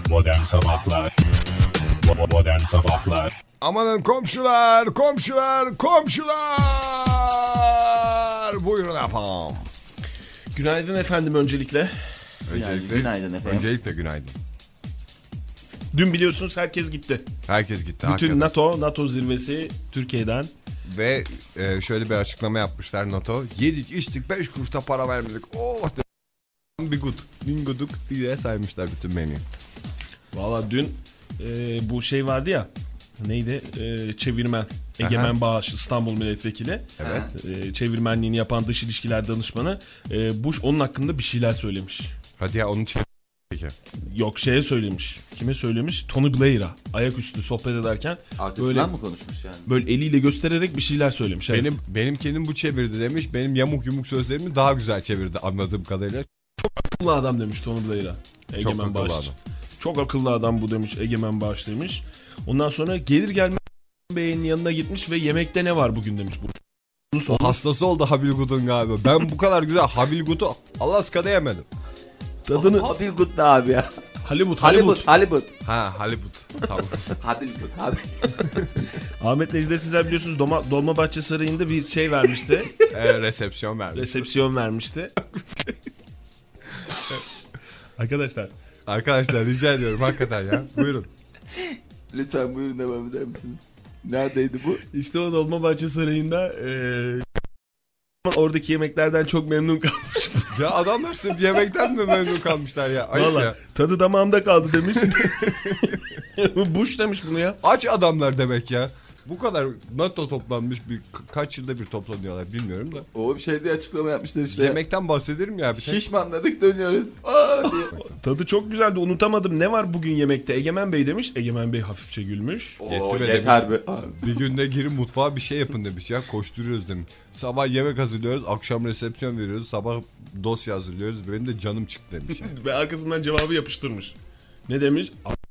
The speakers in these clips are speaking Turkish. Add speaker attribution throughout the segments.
Speaker 1: Modern Sabahlar. Modern Sabahlar.
Speaker 2: Amanın komşular, komşular, komşular. Buyurun efendim.
Speaker 3: Günaydın efendim öncelikle.
Speaker 4: Günaydın efendim.
Speaker 2: Öncelikle günaydın.
Speaker 3: Dün biliyorsunuz herkes gitti.
Speaker 2: Herkes gitti.
Speaker 3: Bütün
Speaker 2: hakikaten.
Speaker 3: NATO zirvesi Türkiye'den.
Speaker 2: Ve şöyle bir açıklama yapmışlar NATO. Yedik içtik 5 kuruşta para vermedik. Oh bir good. Bin gooduk diye saymışlar bütün menüyü.
Speaker 3: Valla dün bu şey vardı ya. Neydi? Çevirmen. Egemen Bağış İstanbul Milletvekili.
Speaker 2: Evet.
Speaker 3: Çevirmenliğini yapan dış ilişkiler danışmanı. Bush onun hakkında bir şeyler söylemiş.
Speaker 2: Hadi ya onu çevir.
Speaker 3: Yok şeye söylemiş. Kime söylemiş? Tony Blair'a. Ayaküstü sohbet ederken.
Speaker 4: Arkasından
Speaker 3: böyle,
Speaker 4: mı konuşmuş yani?
Speaker 3: Böyle eliyle göstererek bir şeyler söylemiş. Evet.
Speaker 2: Benimkinin bu çevirdi demiş. Benim yamuk yumuk sözlerimi daha güzel çevirdi anladığım kadarıyla.
Speaker 3: Akıllı adam demiş Tony Blair'a.
Speaker 2: Çok
Speaker 3: Egemen
Speaker 2: akıllı
Speaker 3: Bağış.
Speaker 2: adam.
Speaker 3: Çok akıllı adam bu demiş. Egemen Bağış demiş. Ondan sonra gelir gelmez Bey'in yanına gitmiş ve yemekte ne var bugün demiş.
Speaker 2: O hastası oldu Habilgut'un galiba. Ben bu kadar güzel Habilgut'u Alaska'da yemedim.
Speaker 3: Tadını...
Speaker 4: Habilgut ne abi ya?
Speaker 3: Halibut.
Speaker 4: Ha
Speaker 2: Halibut. Tamam.
Speaker 4: Habilgut abi.
Speaker 3: Ahmet Necdet Sezer biliyorsunuz Dolmabahçe Sarayı'nda bir şey vermişti.
Speaker 2: Resepsiyon vermiş.
Speaker 3: Resepsiyon vermişti. Arkadaşlar
Speaker 2: Rica ediyorum hakikaten ya. Buyurun.
Speaker 4: Lütfen buyurun devam eder misiniz? Neredeydi bu?
Speaker 3: işte o Dolmabahçe Sarayı'nda oradaki yemeklerden çok memnun kalmış.
Speaker 2: Ya adamlar sırf yemekten mi memnun kalmışlar ya? Ayıp
Speaker 3: Vallahi,
Speaker 2: ya.
Speaker 3: tadı damağımda kaldı demiş. Bush demiş bunu ya.
Speaker 2: Aç adamlar demek ya. Bu kadar NATO toplanmış kaç yılda bir toplanıyorlar bilmiyorum da.
Speaker 4: O bir şey diye açıklama yapmışlar işte.
Speaker 2: Yemekten bahsederim ya.
Speaker 4: Şişmanladık dönüyoruz. Aa diye.
Speaker 3: Tadı çok güzeldi, unutamadım. Ne var bugün yemekte? Egemen Bey demiş. Egemen Bey hafifçe gülmüş.
Speaker 4: Oo,
Speaker 2: Yetti
Speaker 4: yeter be.
Speaker 2: Bir günde girin mutfağa bir şey yapın demiş ya. Koşturuyoruz demiş. Sabah yemek hazırlıyoruz. Akşam resepsiyon veriyoruz. Sabah dosya hazırlıyoruz. Benim de canım çıktı demiş.
Speaker 3: Ve arkasından cevabı yapıştırmış. Ne demiş?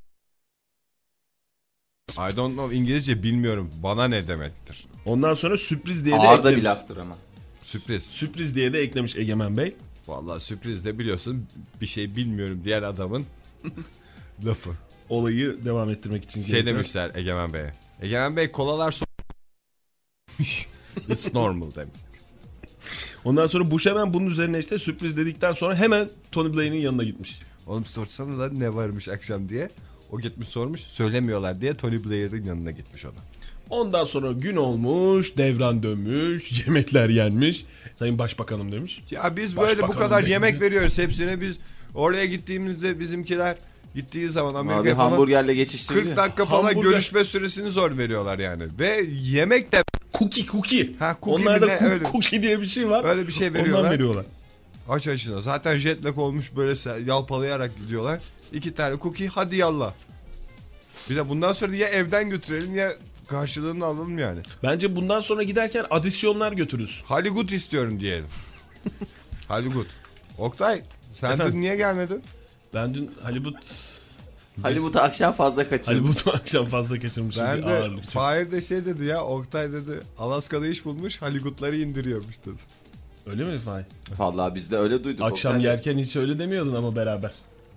Speaker 2: I don't know İngilizce bilmiyorum. Bana ne demektir?
Speaker 3: Ondan sonra sürpriz diye de
Speaker 4: Ağır da
Speaker 3: eklemiş.
Speaker 4: bir laftır ama.
Speaker 2: Sürpriz.
Speaker 3: Sürpriz diye de eklemiş Egemen Bey.
Speaker 2: Vallahi sürpriz de biliyorsun bir şey bilmiyorum diyen adamın lafı.
Speaker 3: Olayı devam ettirmek için.
Speaker 2: Şey demişler Egemen Bey'e. Egemen Bey kolalar It's normal demiş.
Speaker 3: Ondan sonra Bush hemen bunun üzerine işte sürpriz dedikten sonra hemen Tony Blair'in yanına gitmiş.
Speaker 2: Oğlum sorsana da ne varmış akşam diye. O gitmiş sormuş söylemiyorlar diye Tony Blair'in yanına gitmiş ona.
Speaker 3: Ondan sonra gün olmuş, devran dönmüş, yemekler yenmiş. Sayın Başbakanım demiş.
Speaker 2: Ya biz böyle bu kadar
Speaker 3: demiş.
Speaker 2: yemek veriyoruz hepsine biz oraya gittiğimizde bizimkiler gittiği zaman
Speaker 4: Abi
Speaker 2: Amerika'ya falan
Speaker 4: hamburgerle geçiştiriyor.
Speaker 2: 40 dakika falan
Speaker 3: Hamburger.
Speaker 2: görüşme süresini zor veriyorlar yani. Ve yemek de
Speaker 3: Cookie.
Speaker 2: Ha, cookie
Speaker 3: Onlarda
Speaker 2: mi ne? Öyle.
Speaker 3: cookie diye bir şey var.
Speaker 2: Öyle bir şey
Speaker 3: Ondan
Speaker 2: veriyorlar.
Speaker 3: veriyorlar.
Speaker 2: Aç açına. Zaten jet lag olmuş böyle yalpalayarak gidiyorlar. 2 tane cookie hadi yallah. Bir de bundan sonra ya evden götürelim ya karşılığını alalım yani.
Speaker 3: Bence bundan sonra giderken adisyonlar götürürüz.
Speaker 2: Hollywood istiyorum diyelim. Hollywood. Oktay sen
Speaker 3: Efendim?
Speaker 2: dün niye gelmedin?
Speaker 3: Ben dün
Speaker 4: Hollywood'a akşam fazla kaçırdım.
Speaker 3: Hollywood'u akşam fazla kaçırmışım.
Speaker 2: Ben
Speaker 3: bir
Speaker 2: de
Speaker 3: ağırlık.
Speaker 2: Fahir de şey dedi ya Oktay dedi Alaska'da iş bulmuş Hollywood'ları indiriyormuş dedi.
Speaker 3: Öyle mi Fahir?
Speaker 4: Vallahi biz de öyle duyduk.
Speaker 3: Akşam
Speaker 4: Oktay.
Speaker 3: yerken hiç öyle demiyordun ama beraber.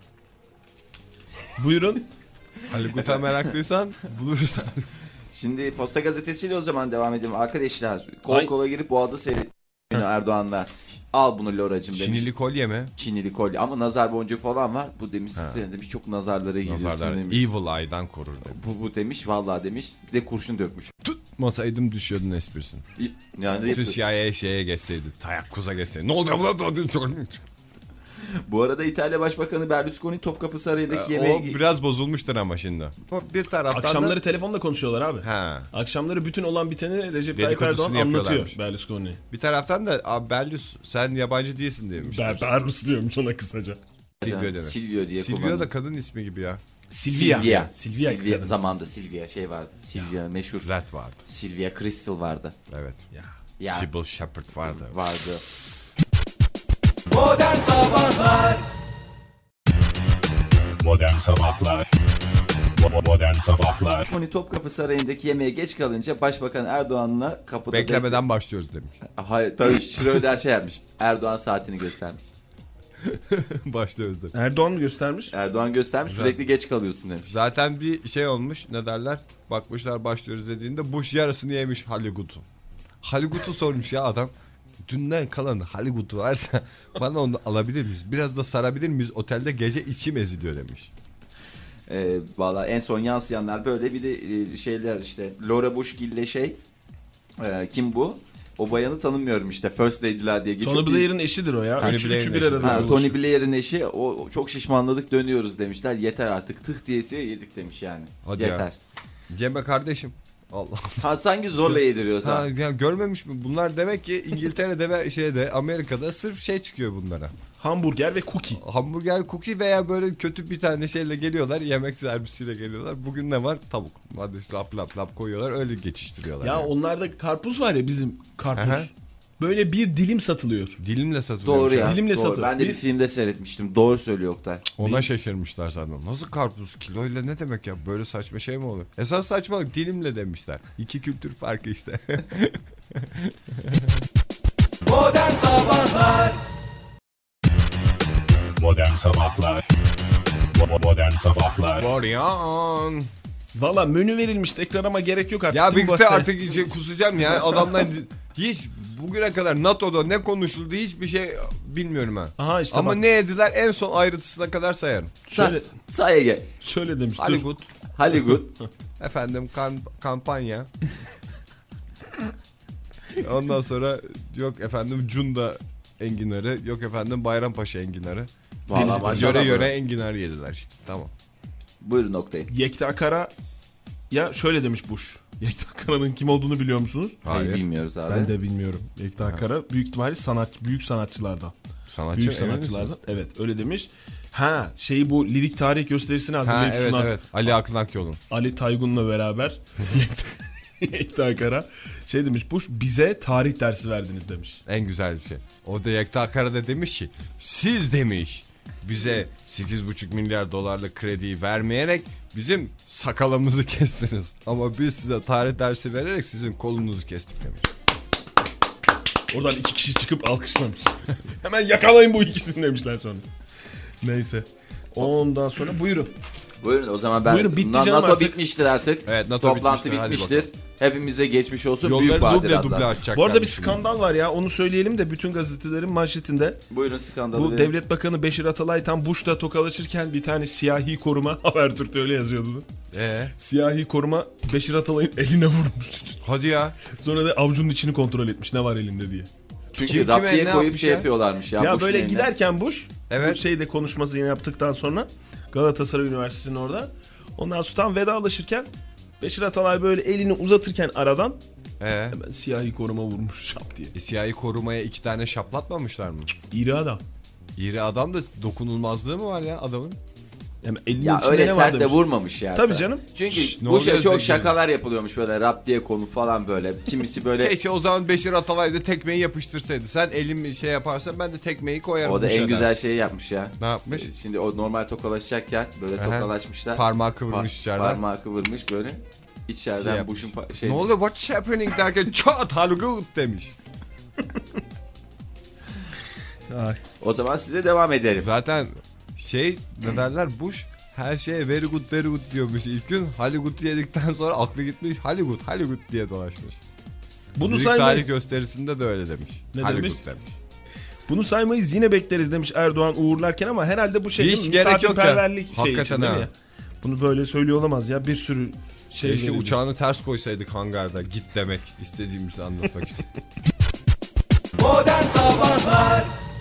Speaker 3: Buyurun.
Speaker 2: Hollywood'a meraklıysan buluruz.
Speaker 4: Şimdi Posta Gazetesi'yle o zaman devam edelim arkadaşlar. Kol kola girip boğazı seyret. Erdoğan'la. Al bunu Loracığım demiş.
Speaker 2: Çinili kolye mi?
Speaker 4: Çinili kolye ama nazar boncuğu falan var. Bu demiş sen demiş çok nazarlara giriyorsun
Speaker 2: Nazarlar
Speaker 4: demiş.
Speaker 2: evil eye'dan korur demiş.
Speaker 4: Bu demiş vallahi demiş. Bir de kurşun dökmüş.
Speaker 2: Tutmasaydım düşüyordun esprisin.
Speaker 4: Yani
Speaker 2: Bütün CIA şeye geçseydi. Tayakkuza geçseydi. Ne oluyor ulan?
Speaker 4: bu arada İtalya Başbakanı Berlusconi Topkapı Sarayı'ndaki
Speaker 2: O
Speaker 4: yemeği...
Speaker 2: biraz bozulmuştur ama şimdi. Bir taraftan
Speaker 3: Akşamları
Speaker 2: da...
Speaker 3: telefonla konuşuyorlar abi.
Speaker 2: Ha.
Speaker 3: Akşamları bütün olan biteni Recep Tayyip
Speaker 2: Dedikodusunu
Speaker 3: Erdoğan anlatıyor
Speaker 2: yapıyorlarmış.
Speaker 3: Berlusconi.
Speaker 2: Bir taraftan da abi Berlus sen yabancı değilsin demiş.
Speaker 3: Berlus diyormuş ona kısaca.
Speaker 2: Silvio demek.
Speaker 4: Silvio diye
Speaker 2: Silvio
Speaker 4: kullanıyor.
Speaker 2: da kadın ismi gibi ya.
Speaker 3: Silvia.
Speaker 4: Zamanında Silvia şey vardı. Silvia meşhur.
Speaker 2: Red vardı.
Speaker 4: Silvia Crystal vardı.
Speaker 2: Evet.
Speaker 4: Ya
Speaker 2: Sybil Shepherd vardı.
Speaker 4: vardı.
Speaker 1: Modern Sabahlar. Modern Sabahlar.
Speaker 4: Hani Topkapı Sarayı'ndaki yemeğe geç kalınca Başbakan Erdoğan'la kapıda...
Speaker 2: Beklemeden başlıyoruz demiş.
Speaker 4: Hayır tabii Schröder şey yapmış. Erdoğan saatini göstermiş.
Speaker 2: Başta özür.
Speaker 3: Erdoğan mı göstermiş?
Speaker 4: Erdoğan göstermiş,
Speaker 2: Güzel.
Speaker 4: sürekli geç kalıyorsun demiş.
Speaker 2: Zaten bir şey olmuş, ne derler? Bakmışlar başlıyoruz dediğinde Bush yarısını yemiş Hollywood'u. Hollywood'u sormuş ya adam. Dünden kalan Hollywood'u varsa bana onu alabilir miyiz? Biraz da sarabilir miyiz? Otelde gece içim eziliyor demiş.
Speaker 4: Valla en son yansıyanlar böyle, bir de şeyler işte Laura Bushgill'le kim bu? O bayanı tanımıyorum işte, First Lady'ler diye geçiyor.
Speaker 3: Tony Blair'in eşidir o ya.
Speaker 2: Tony
Speaker 3: Üçü
Speaker 2: Blair'in
Speaker 3: bir
Speaker 2: eşi.
Speaker 3: arada.
Speaker 4: Ha,
Speaker 3: dolaşıyor.
Speaker 4: Tony Blair'in eşi, o çok şişmanladık dönüyoruz demişler. Yeter artık, tık diyesiye yedik demiş yani.
Speaker 2: Hadi ya.
Speaker 4: Yeter.
Speaker 2: Cem'e kardeşim. Allah.
Speaker 4: Ha, sanki zorla yediriyorsa.
Speaker 2: Ha, ya görmemiş mi? Bunlar demek ki İngiltere'de ve Amerika'da sırf şey çıkıyor bunlara.
Speaker 3: Hamburger ve cookie.
Speaker 2: Hamburger, cookie veya böyle kötü bir tane şeyle geliyorlar. Yemek servisiyle geliyorlar. Bugün ne var? Tavuk. Hadi lap lap koyuyorlar. Öyle geçiştiriyorlar.
Speaker 3: Ya
Speaker 2: yani.
Speaker 3: onlarda karpuz var ya, bizim karpuz.
Speaker 2: Aha.
Speaker 3: Böyle bir dilim satılıyor.
Speaker 2: Dilimle satılıyor.
Speaker 4: Doğru ya.
Speaker 3: Dilimle
Speaker 4: Doğru.
Speaker 3: satıyor.
Speaker 4: Ben de bir
Speaker 3: Bir-
Speaker 4: filmde seyretmiştim. Doğru söylüyor Oktay.
Speaker 2: Ona şaşırmışlar zaten. Nasıl karpuz kiloyla, ne demek ya? Böyle saçma şey mi olur? Esas saçmalık dilimle demişler. İki kültür farkı işte.
Speaker 1: Modern Sabahlar Modern Sabahlar
Speaker 2: Varyan.
Speaker 3: Valla menü verilmiş tekrar ama gerek yok artık.
Speaker 2: Ya
Speaker 3: Değil mi
Speaker 2: birlikte
Speaker 3: Basri?
Speaker 2: artık iyice kusacağım ya. Adamdan hiç bugüne kadar NATO'da ne konuşuldu hiçbir şey bilmiyorum ha.
Speaker 3: Aha işte
Speaker 2: Ama
Speaker 3: bak.
Speaker 2: ne yediler en son ayrıntısına kadar sayarım.
Speaker 3: Şöyle,
Speaker 4: Sayege.
Speaker 3: şöyle demiş. Dur.
Speaker 2: Hollywood,
Speaker 4: Hollywood.
Speaker 2: efendim kampanya. Ondan sonra yok efendim Cunda enginarı, yok efendim Bayrampaşa enginarı.
Speaker 4: Vallahi maşallah.
Speaker 2: Yöre enginar yediler işte, tamam.
Speaker 4: Buyurun Oktay.
Speaker 3: Yekta Kara ya şöyle demiş Bush. Yekta Kara'nın kim olduğunu biliyor musunuz?
Speaker 4: Hayır, bilmiyoruz abi.
Speaker 3: Ben de bilmiyorum. Yekta Kara büyük ihtimalle büyük sanatçılardan.
Speaker 2: Sanatçı,
Speaker 3: Büyük
Speaker 2: emin
Speaker 3: sanatçılardan.
Speaker 2: misin?
Speaker 3: Evet öyle demiş. Ha bu lirik tarih gösterisini
Speaker 2: Ha,
Speaker 3: hazırlayıp
Speaker 2: evet
Speaker 3: sunan
Speaker 2: evet. Ali Akın Akyol'un.
Speaker 3: Ali Taygun'la beraber Yekta Kara şey demiş, Bush bize tarih dersi verdiniz demiş.
Speaker 2: En güzel şey. O da Yekta Kara da demiş ki siz demiş bize 8,5 milyar dolarlık krediyi vermeyerek bizim sakalımızı kestiniz. Ama biz size tarih dersi vererek sizin kolunuzu kestik demiş.
Speaker 3: Oradan 2 kişi çıkıp alkışlamış. Hemen yakalayın bu ikisini demişler sonra. Neyse. Ondan sonra buyurun.
Speaker 4: Buyurun o zaman ben.
Speaker 3: Buyurun, bitti canım
Speaker 4: NATO
Speaker 3: artık.
Speaker 4: bitmiştir artık.
Speaker 2: Evet, NATO
Speaker 4: Toplantı
Speaker 2: bitmiştir, hadi
Speaker 4: bitmiştir. Hepimize geçmiş olsun.
Speaker 2: Yolları
Speaker 4: Büyük
Speaker 2: duble
Speaker 4: badiratlar.
Speaker 2: açacaklar.
Speaker 3: Bu arada bir skandal var ya, onu söyleyelim de bütün gazetelerin manşetinde.
Speaker 4: Buyurun skandalı.
Speaker 3: Bu
Speaker 4: verin.
Speaker 3: Devlet Bakanı Beşir Atalay tam Bush'la tokalaşırken bir tane siyahi koruma, Habertürk'te öyle yazıyordu. Siyahi koruma Beşir Atalay'ın eline vurmuş.
Speaker 2: Hadi ya.
Speaker 3: Sonra da avucunun içini kontrol etmiş ne var elinde diye.
Speaker 4: Çünkü
Speaker 2: Kim
Speaker 4: raptiye
Speaker 2: kime ne
Speaker 4: koyup
Speaker 2: yapmış
Speaker 4: şey
Speaker 2: ya?
Speaker 4: yapıyorlarmış ya.
Speaker 3: Ya
Speaker 4: Bush'un
Speaker 3: böyle
Speaker 4: eline.
Speaker 3: giderken Bush,
Speaker 2: Evet.
Speaker 3: bu şeyde konuşmasını yaptıktan sonra Galatasaray Üniversitesi'nin orada, ondan sonra tam vedalaşırken Beşir Atalay böyle elini uzatırken aradan hemen siyahi koruma vurmuş şap diye.
Speaker 2: Siyahi korumaya 2 tane şaplatmamışlar mı?
Speaker 3: İri adam.
Speaker 2: İri adam da dokunulmazlığı mı var ya adamın?
Speaker 3: Hemen elinin
Speaker 4: Ya
Speaker 3: içinde
Speaker 4: öyle
Speaker 3: ne var
Speaker 4: sert de
Speaker 3: demiş.
Speaker 4: vurmamış ya.
Speaker 3: Tabii canım.
Speaker 4: Çünkü
Speaker 2: Şşş, ne
Speaker 4: Bush'a
Speaker 2: oluyor
Speaker 4: çok
Speaker 2: peki?
Speaker 4: şakalar yapılıyormuş böyle rap diye konu falan böyle. Kimisi böyle.
Speaker 2: Keşke o zaman Beşir Atalay da tekmeyi yapıştırsaydı. Sen elimi şey yaparsan ben de tekmeyi koyarım.
Speaker 4: O da
Speaker 2: bu
Speaker 4: en
Speaker 2: şeyden.
Speaker 4: güzel şeyi yapmış ya.
Speaker 2: Ne yapmış?
Speaker 4: Şimdi o normal tokalaşacakken böyle
Speaker 2: Aha.
Speaker 4: tokalaşmışlar.
Speaker 2: Parmağı kıvırmış içeriden.
Speaker 4: Parmağı kıvırmış böyle. İçeriden
Speaker 2: Şey
Speaker 4: Bush'un
Speaker 2: Ne oluyor? What's happening derken çat Hollywood demiş.
Speaker 3: Ay.
Speaker 4: O zaman size devam edelim.
Speaker 2: Zaten ne derler Bush her şeye very good diyormuş ilk gün. Hollywood yedikten sonra aklı gitmiş Hollywood diye dolaşmış.
Speaker 3: Bunu
Speaker 2: Büyük
Speaker 3: saymayız.
Speaker 2: tarih gösterisinde de öyle demiş.
Speaker 3: Ne
Speaker 2: Hollywood
Speaker 3: demiş? Bunu saymayız, yine bekleriz demiş Erdoğan uğurlarken, ama herhalde bu şey
Speaker 2: Hiç
Speaker 3: değil mi?
Speaker 2: gerek yok ya.
Speaker 3: Misafirperverlik şey
Speaker 2: Hakikaten
Speaker 3: için değil mi
Speaker 2: ha.
Speaker 3: ya? Bunu böyle söylüyor olamaz ya, bir sürü şey
Speaker 2: Keşke
Speaker 3: verildi.
Speaker 2: uçağını ters koysaydık hangarda git demek istediğimizi anlatmak için.
Speaker 1: Modern Sabahlar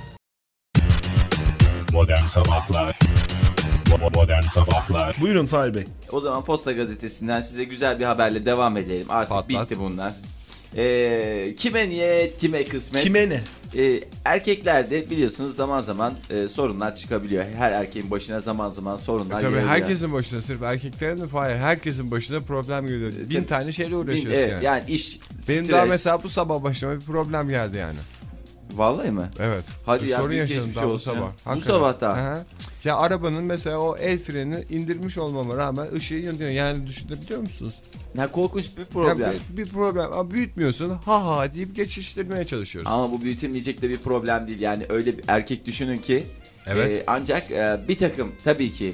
Speaker 1: Modern Sabahlar
Speaker 3: Buyurun Fahir Bey.
Speaker 4: O zaman Posta Gazetesi'nden size güzel bir haberle devam edelim. Artık
Speaker 2: Patlat.
Speaker 4: bitti bunlar. Kime niyet, kime kısmet.
Speaker 3: Kime ne?
Speaker 4: Erkeklerde biliyorsunuz zaman zaman sorunlar çıkabiliyor. Her erkeğin başına zaman zaman sorunlar
Speaker 2: Tabii
Speaker 4: geliyor.
Speaker 2: herkesin başına, sırf erkeklerin de hayır, herkesin başına problem geliyor. Bin tane şeyle uğraşıyoruz
Speaker 4: Evet,
Speaker 2: yani.
Speaker 4: yani iş,
Speaker 2: Benim
Speaker 4: stres.
Speaker 2: daha mesela bu sabah başıma bir problem geldi yani.
Speaker 4: Vallahi mi?
Speaker 2: Evet.
Speaker 4: Hadi
Speaker 2: Bir
Speaker 4: ya,
Speaker 2: sorun
Speaker 4: büyük
Speaker 2: yaşadım
Speaker 4: geçmiş
Speaker 2: daha bu
Speaker 4: olsun ya.
Speaker 2: sabah.
Speaker 4: Bu
Speaker 2: Hakikaten.
Speaker 4: sabah da.
Speaker 2: Aha. Ya arabanın mesela o el freni indirmiş olmama rağmen ışığı yanıyor. Yani düşünebiliyor musunuz?
Speaker 4: Ne korkunç bir problem.
Speaker 2: Ya bir problem ama büyütmüyorsun. Ha deyip geçiştirmeye çalışıyoruz.
Speaker 4: Ama bu büyütülmeyecek de bir problem değil. Yani öyle bir erkek düşünün ki
Speaker 2: Evet.
Speaker 4: Ancak bir takım tabii ki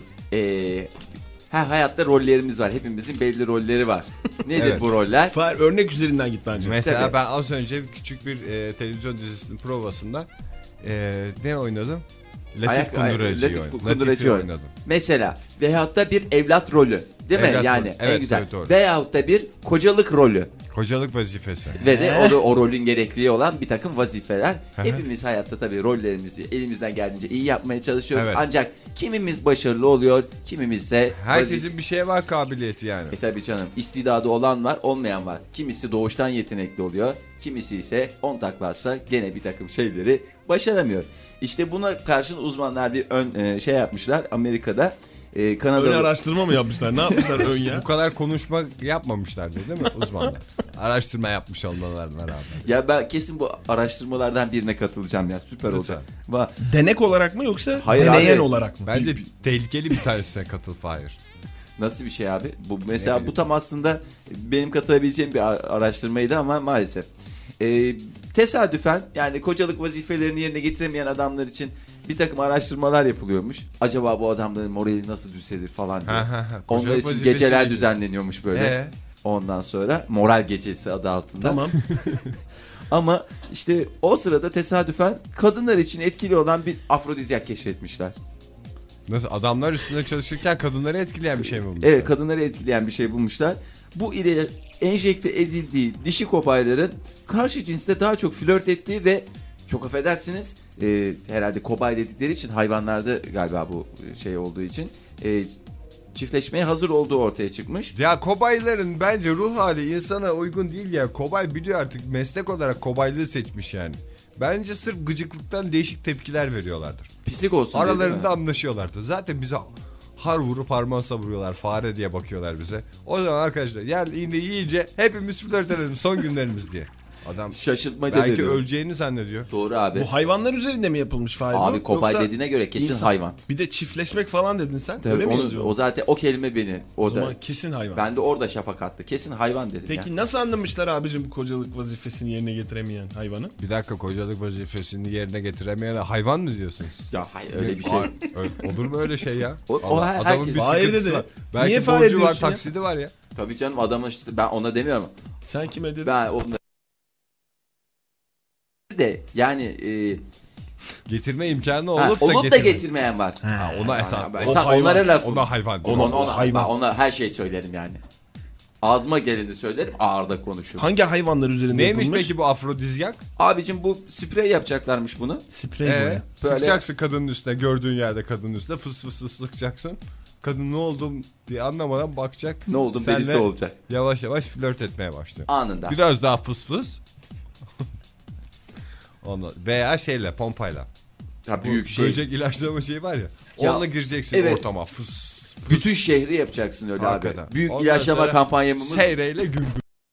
Speaker 4: hayatta rollerimiz var. Hepimizin belli rolleri var. Nedir
Speaker 2: Evet.
Speaker 4: bu roller?
Speaker 3: Fahir örnek üzerinden git bence.
Speaker 2: Mesela
Speaker 4: Tabii.
Speaker 2: ben az önce küçük bir televizyon dizisinin provasında ne oynadım? Latif Kunduracı'yı oynadım.
Speaker 4: Mesela veyahut da bir evlat rolü. Değil mi?
Speaker 2: Evlat
Speaker 4: Yani
Speaker 2: rolü. Evet,
Speaker 4: en güzel.
Speaker 2: evet, doğru.
Speaker 4: Veyahut da bir kocalık rolü.
Speaker 2: Kocalık vazifesi.
Speaker 4: Ve de o rolün gerekliliği olan bir takım vazifeler.
Speaker 2: Hı hı.
Speaker 4: Hepimiz hayatta tabii rollerimizi elimizden geldiğince iyi yapmaya çalışıyoruz.
Speaker 2: Evet.
Speaker 4: Ancak kimimiz başarılı oluyor, kimimiz ise
Speaker 2: Herkesin bir şeye var kabiliyeti yani.
Speaker 4: tabii canım, istidadı olan var, olmayan var. Kimisi doğuştan yetenekli oluyor, kimisi ise 10 taklarsa gene bir takım şeyleri başaramıyor. İşte buna karşın uzmanlar bir şey yapmışlar Amerika'da. Kanadalı...
Speaker 3: Ön araştırma mı yapmışlar? Ne yapmışlar ön ya?
Speaker 2: Bu kadar konuşma yapmamışlardı değil mi uzmanlar? Araştırma yapmış olmalarına rağmen.
Speaker 4: Ya ben kesin bu araştırmalardan birine katılacağım ya, süper olacak.
Speaker 3: Denek olarak mı yoksa
Speaker 4: Hayır
Speaker 3: deneyen
Speaker 4: abi.
Speaker 3: olarak mı?
Speaker 2: Bence tehlikeli bir tanesine katıl Fahir.
Speaker 4: Nasıl bir şey abi? Bu mesela bu tam aslında benim katılabileceğim bir araştırmaydı ama maalesef. Tesadüfen yani kocalık vazifelerini yerine getiremeyen adamlar için bir takım araştırmalar yapılıyormuş. Acaba bu adamların morali nasıl düzelir falan diye. Onlar için geceler düzenleniyormuş böyle. Ondan sonra moral gecesi adı altında.
Speaker 3: Tamam.
Speaker 4: Ama işte o sırada tesadüfen kadınlar için etkili olan bir afrodizyak keşfetmişler.
Speaker 2: Nasıl adamlar üstünde çalışırken kadınları etkileyen bir şey mi bulmuşlar?
Speaker 4: Evet, kadınları etkileyen bir şey bulmuşlar. Bu ile enjekte edildiği dişi kobayların karşı cinsle daha çok flört ettiği ve çok affedersiniz herhalde kobay dedikleri için hayvanlarda galiba bu şey olduğu için çiftleşmeye hazır olduğu ortaya çıkmış.
Speaker 2: Ya kobayların bence ruh hali insana uygun değil ya. Kobay biliyor artık meslek olarak kobaylığı seçmiş yani. Bence sırf gıcıklıktan değişik tepkiler veriyorlardır.
Speaker 4: Pislik olsun diye,
Speaker 2: aralarında anlaşıyorlardı. Zaten bize har vurup harman savuruyorlar. Fare diye bakıyorlar bize. O zaman arkadaşlar yer iğneyi yiyince hepimiz flört edelim son günlerimiz diye. Adam
Speaker 4: şaşırtmaca
Speaker 2: belki
Speaker 4: veriyor.
Speaker 2: öleceğini zannediyor.
Speaker 4: Doğru abi.
Speaker 3: Bu hayvanlar üzerinde mi yapılmış Fahir?
Speaker 4: Abi kobay
Speaker 3: Yoksa
Speaker 4: dediğine göre kesin
Speaker 3: insan.
Speaker 4: hayvan.
Speaker 3: Bir de çiftleşmek falan dedin sen.
Speaker 4: Tabii
Speaker 3: Öyle mi yazıyor?
Speaker 4: o zaten o kelime beni
Speaker 3: O
Speaker 4: orada.
Speaker 3: zaman kesin hayvan.
Speaker 4: Ben de orada şafak attı. Kesin hayvan dedim.
Speaker 3: Peki
Speaker 4: ya.
Speaker 3: nasıl anlamışlar abicim bu kocalık vazifesini yerine getiremeyen hayvanı?
Speaker 2: Bir dakika kocalık vazifesini yerine getiremeyen hayvan mı diyorsunuz?
Speaker 4: Ya hayır öyle bir şey.
Speaker 2: Olur mu öyle şey ya?
Speaker 4: O
Speaker 2: adamın
Speaker 4: herkes-
Speaker 2: bir
Speaker 3: Hayır
Speaker 2: sıkıntısı
Speaker 3: dedi.
Speaker 2: var. Belki
Speaker 3: Niye Fahir
Speaker 2: borcu var,
Speaker 3: diyorsun ya?
Speaker 2: taksidi var ya.
Speaker 4: Tabii canım adamın işte ben ona demiyorum.
Speaker 3: Sen kime dedin?
Speaker 4: Ben onu de yani
Speaker 2: Getirme imkanı
Speaker 4: olup da
Speaker 2: getirme.
Speaker 4: getirmeyen var.
Speaker 2: Ha, ona esas.
Speaker 4: Ben
Speaker 3: O
Speaker 4: sen
Speaker 3: hayvan.
Speaker 4: onlara laf.
Speaker 2: Ona hayvan.
Speaker 4: Ona her şey söylerim yani. Ağzıma geleni söylerim, ağırda konuşurum.
Speaker 3: Hangi hayvanlar üzerinde
Speaker 2: Neymiş
Speaker 3: yapılmış?
Speaker 2: peki bu afrodizyak?
Speaker 4: Abicim bu sprey yapacaklarmış bunu.
Speaker 3: Sprey boya.
Speaker 4: Böyle-
Speaker 2: Sıkacaksın kadının üstüne, gördüğün yerde kadının üstüne fıs fıs fıs sıkacaksın. Kadın ne oldu diye anlamadan bakacak.
Speaker 4: Ne oldum
Speaker 2: Senle
Speaker 4: belisi olacak.
Speaker 2: Yavaş yavaş flört etmeye başlıyor.
Speaker 4: Anında.
Speaker 2: Biraz daha fıs fıs. Veya şeyle, pompayla.
Speaker 4: Ha, büyük şey.
Speaker 2: Böcek ilaçlama şeyi var ya.
Speaker 4: Ya,
Speaker 2: Onunla gireceksin
Speaker 4: evet.
Speaker 2: ortama. Fıs.
Speaker 4: Bütün şehri yapacaksın öyle
Speaker 2: Hakikaten.
Speaker 4: abi. Büyük
Speaker 2: Ondan
Speaker 4: ilaçlama
Speaker 2: sonra
Speaker 4: kampanyamız
Speaker 2: Seyreyle gül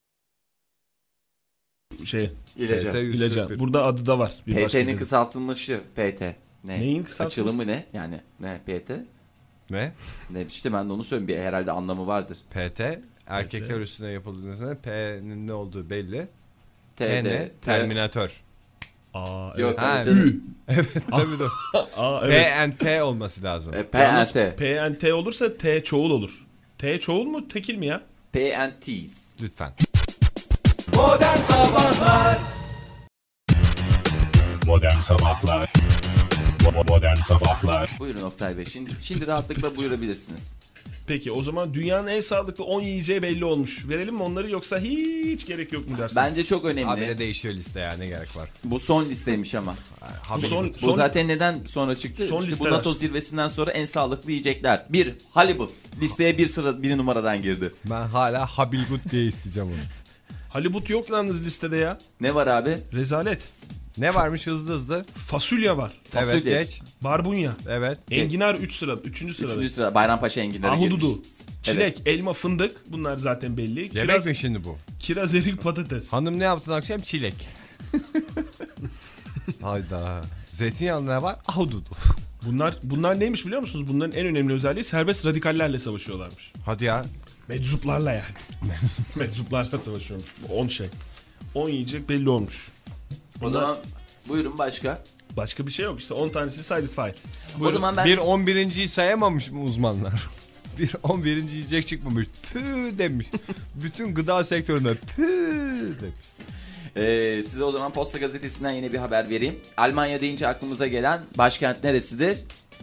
Speaker 3: Şey,
Speaker 4: ilaca.
Speaker 3: ilaca. Burada adı da var. Bir başka
Speaker 4: PT'nin
Speaker 3: ilaca.
Speaker 4: kısaltılmışı PT. Ne?
Speaker 3: Neyin kısaltılması?
Speaker 4: Açılımı ne? Yani ne PT?
Speaker 2: Ne?
Speaker 4: Ne işte ben de onu söyleyeyim. Bir herhalde anlamı vardır.
Speaker 2: PT. Erkekler üstüne yapıldığında P'nin ne olduğu belli.
Speaker 4: TD.
Speaker 2: T ne? Terminatör.
Speaker 3: Aa,
Speaker 4: Yok
Speaker 3: evet.
Speaker 2: Ha,
Speaker 4: canım.
Speaker 2: Tabii de.
Speaker 3: Aa, evet.
Speaker 2: PNT olması lazım.
Speaker 3: Yalnız
Speaker 4: PNT.
Speaker 3: PNT olursa T çoğul olur. T çoğul mu tekil mi ya?
Speaker 4: PNT's.
Speaker 2: Lütfen.
Speaker 1: Modern Sabahlar Modern Sabahlar Modern Sabahlar
Speaker 4: Buyurun Oktay Bey. Şimdi rahatlıkla buyurabilirsiniz.
Speaker 3: Peki o zaman dünyanın en sağlıklı 10 yiyeceği belli olmuş. Verelim mi onları yoksa hiç gerek yok mu dersiniz?
Speaker 4: Bence çok önemli.
Speaker 2: Abi de değişiyor liste ya, ne gerek var.
Speaker 4: Bu son listeymiş ama.
Speaker 2: Haberi
Speaker 3: son-
Speaker 4: Bu zaten neden sonra çıktı?
Speaker 3: Son
Speaker 4: İşte bu
Speaker 3: listeler.
Speaker 4: NATO zirvesinden sonra en sağlıklı yiyecekler. 1. Halibut. Listeye bir numaradan girdi.
Speaker 2: Ben hala Habilgut diye isteyeceğim onu.
Speaker 3: Halibut yok yalnız listede ya.
Speaker 4: Ne var abi?
Speaker 3: Rezalet.
Speaker 2: Ne varmış hızlı hızlı?
Speaker 3: Fasulye var.
Speaker 2: Evet
Speaker 4: Fasulye.
Speaker 2: geç.
Speaker 3: Barbunya.
Speaker 2: Evet.
Speaker 3: Enginar 3 sırada. 3. sırada.
Speaker 4: 3. sıra Bayrampaşa enginleri girmiş.
Speaker 3: Ahududu. Çilek, elma, fındık. Bunlar zaten belli.
Speaker 2: Yemek mi şimdi bu?
Speaker 3: Kiraz, erik, patates.
Speaker 2: Hanım ne yaptın akşam? Çilek. Hayda. Zeytinyağlı ne var? Ahududu.
Speaker 3: Bunlar neymiş biliyor musunuz? Bunların en önemli özelliği serbest radikallerle savaşıyorlarmış.
Speaker 2: Hadi ya.
Speaker 3: Meczuplarla yani. Meczuplarla savaşıyormuş. 10 şey. 10 yiyecek belli olmuş.
Speaker 4: O zaman buyurun başka.
Speaker 3: Başka bir şey yok işte 10 tanesini saydık Fahir.
Speaker 4: O zaman ben...
Speaker 2: Bir 11.yi sayamamış mı uzmanlar? Bir 11. yiyecek çıkmamış. Püh demiş. Bütün gıda sektöründe püh demiş.
Speaker 4: Size o zaman Posta Gazetesi'nden yine bir haber vereyim. Almanya deyince aklımıza gelen başkent neresidir?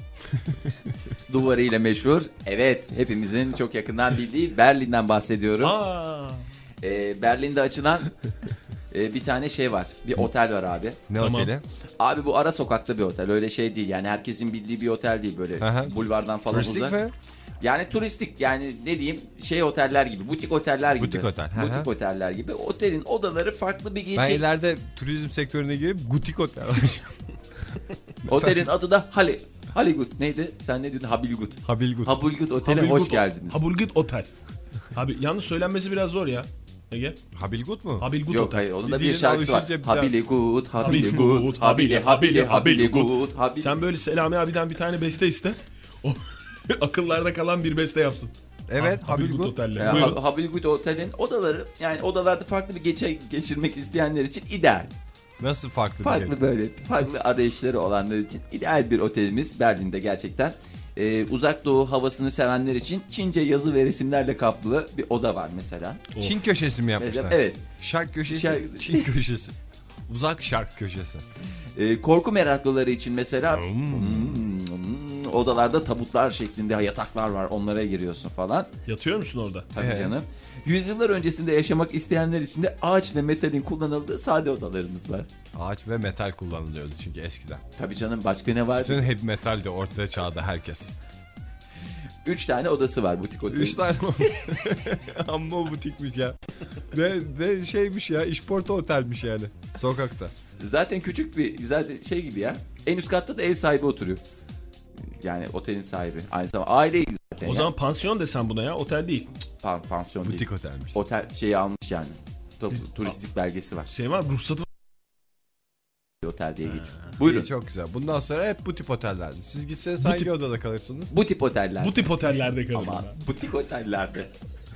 Speaker 4: Duvarıyla meşhur. Evet, hepimizin çok yakından bildiği Berlin'den bahsediyorum. Berlin'de açılan bir tane şey var. Bir otel var abi.
Speaker 2: Ne
Speaker 3: Tamam.
Speaker 2: oteli?
Speaker 4: Abi bu ara sokakta bir otel. Öyle şey değil. Yani herkesin bildiği bir otel değil. Böyle bulvardan falan
Speaker 2: Turistik
Speaker 4: uzak.
Speaker 2: mi?
Speaker 4: Yani turistik, yani ne diyeyim, şey oteller gibi, butik oteller gibi.
Speaker 2: Butik otel.
Speaker 4: Butik oteller gibi. Otelin odaları farklı bir
Speaker 2: Ben
Speaker 4: geçiş.
Speaker 2: ileride turizm sektörüne girip gutik otel alacağım.
Speaker 4: Otelin adı da Haligut. Neydi? Sen ne diyordun? Habilgut.
Speaker 2: Habilgut.
Speaker 4: Habilgut Otel'e hoş geldiniz.
Speaker 3: Habilgut Otel. Abi yalnız söylenmesi biraz zor ya. Ege.
Speaker 2: Habilgut mu?
Speaker 3: Habilgut
Speaker 4: Yok
Speaker 3: Otel.
Speaker 4: hayır, onun da bir
Speaker 2: Dilin
Speaker 4: şarkısı var.
Speaker 2: alışınca bir daha-
Speaker 4: Habilgut,
Speaker 3: Habilgut,
Speaker 4: Habilgut.
Speaker 3: Sen böyle Selami abiden bir tane beste iste. O akıllarda kalan bir beste yapsın.
Speaker 2: Evet, Habilgut.
Speaker 3: Otel'le. Buyurun.
Speaker 4: Habilgut Otel'in odaları, yani odalarda farklı bir gece geçirmek isteyenler için ideal.
Speaker 2: Nasıl farklı bir
Speaker 4: Farklı böyle, farklı arayışları olanlar için ideal bir otelimiz Berlin'de gerçekten. Uzak Doğu havasını sevenler için Çince yazı ve resimlerle kaplı bir oda var mesela.
Speaker 2: Çin köşesi mi yapmışlar?
Speaker 4: Evet.
Speaker 2: Şark köşesi,
Speaker 4: Şark-
Speaker 2: Çin köşesi. Uzak şark köşesi.
Speaker 4: Korku meraklıları için mesela odalarda tabutlar şeklinde yataklar var. Onlara giriyorsun falan.
Speaker 3: Yatıyor musun orada?
Speaker 4: Tabii canım. Yüzyıllar öncesinde yaşamak isteyenler için de ağaç ve metalin kullanıldığı sade odalarımız var.
Speaker 2: Ağaç ve metal kullanılıyordu çünkü eskiden.
Speaker 4: Tabii canım, başka ne var?
Speaker 2: Bütün hep metal de ortaya çağda herkes.
Speaker 4: 3 tane odası var butik otelin.
Speaker 2: 3 tane mi? Amma butikmiş ya. Ne şeymiş ya, işporta otelmiş yani. Sokakta.
Speaker 4: Zaten küçük bir, zaten şey gibi ya. En üst katta da ev sahibi oturuyor. Yani otelin sahibi. Aynı zamanda aile zaten.
Speaker 3: O zaman pansiyon desen buna ya, otel değil.
Speaker 4: Pansiyon değil.
Speaker 2: Butik otelmiş.
Speaker 4: Otel şeyi almış yani. Turistik belgesi var.
Speaker 3: Şey var, ruhsatı var.
Speaker 4: Otel diye geçiyor. Buyurun.
Speaker 2: İyi, çok güzel. Bundan sonra hep bu tip otellerde. Siz gitseniz hangi odada kalırsınız?
Speaker 4: Bu tip oteller.
Speaker 3: Bu tip otellerde kalırım
Speaker 4: Ama
Speaker 3: ben.
Speaker 4: butik otellerde.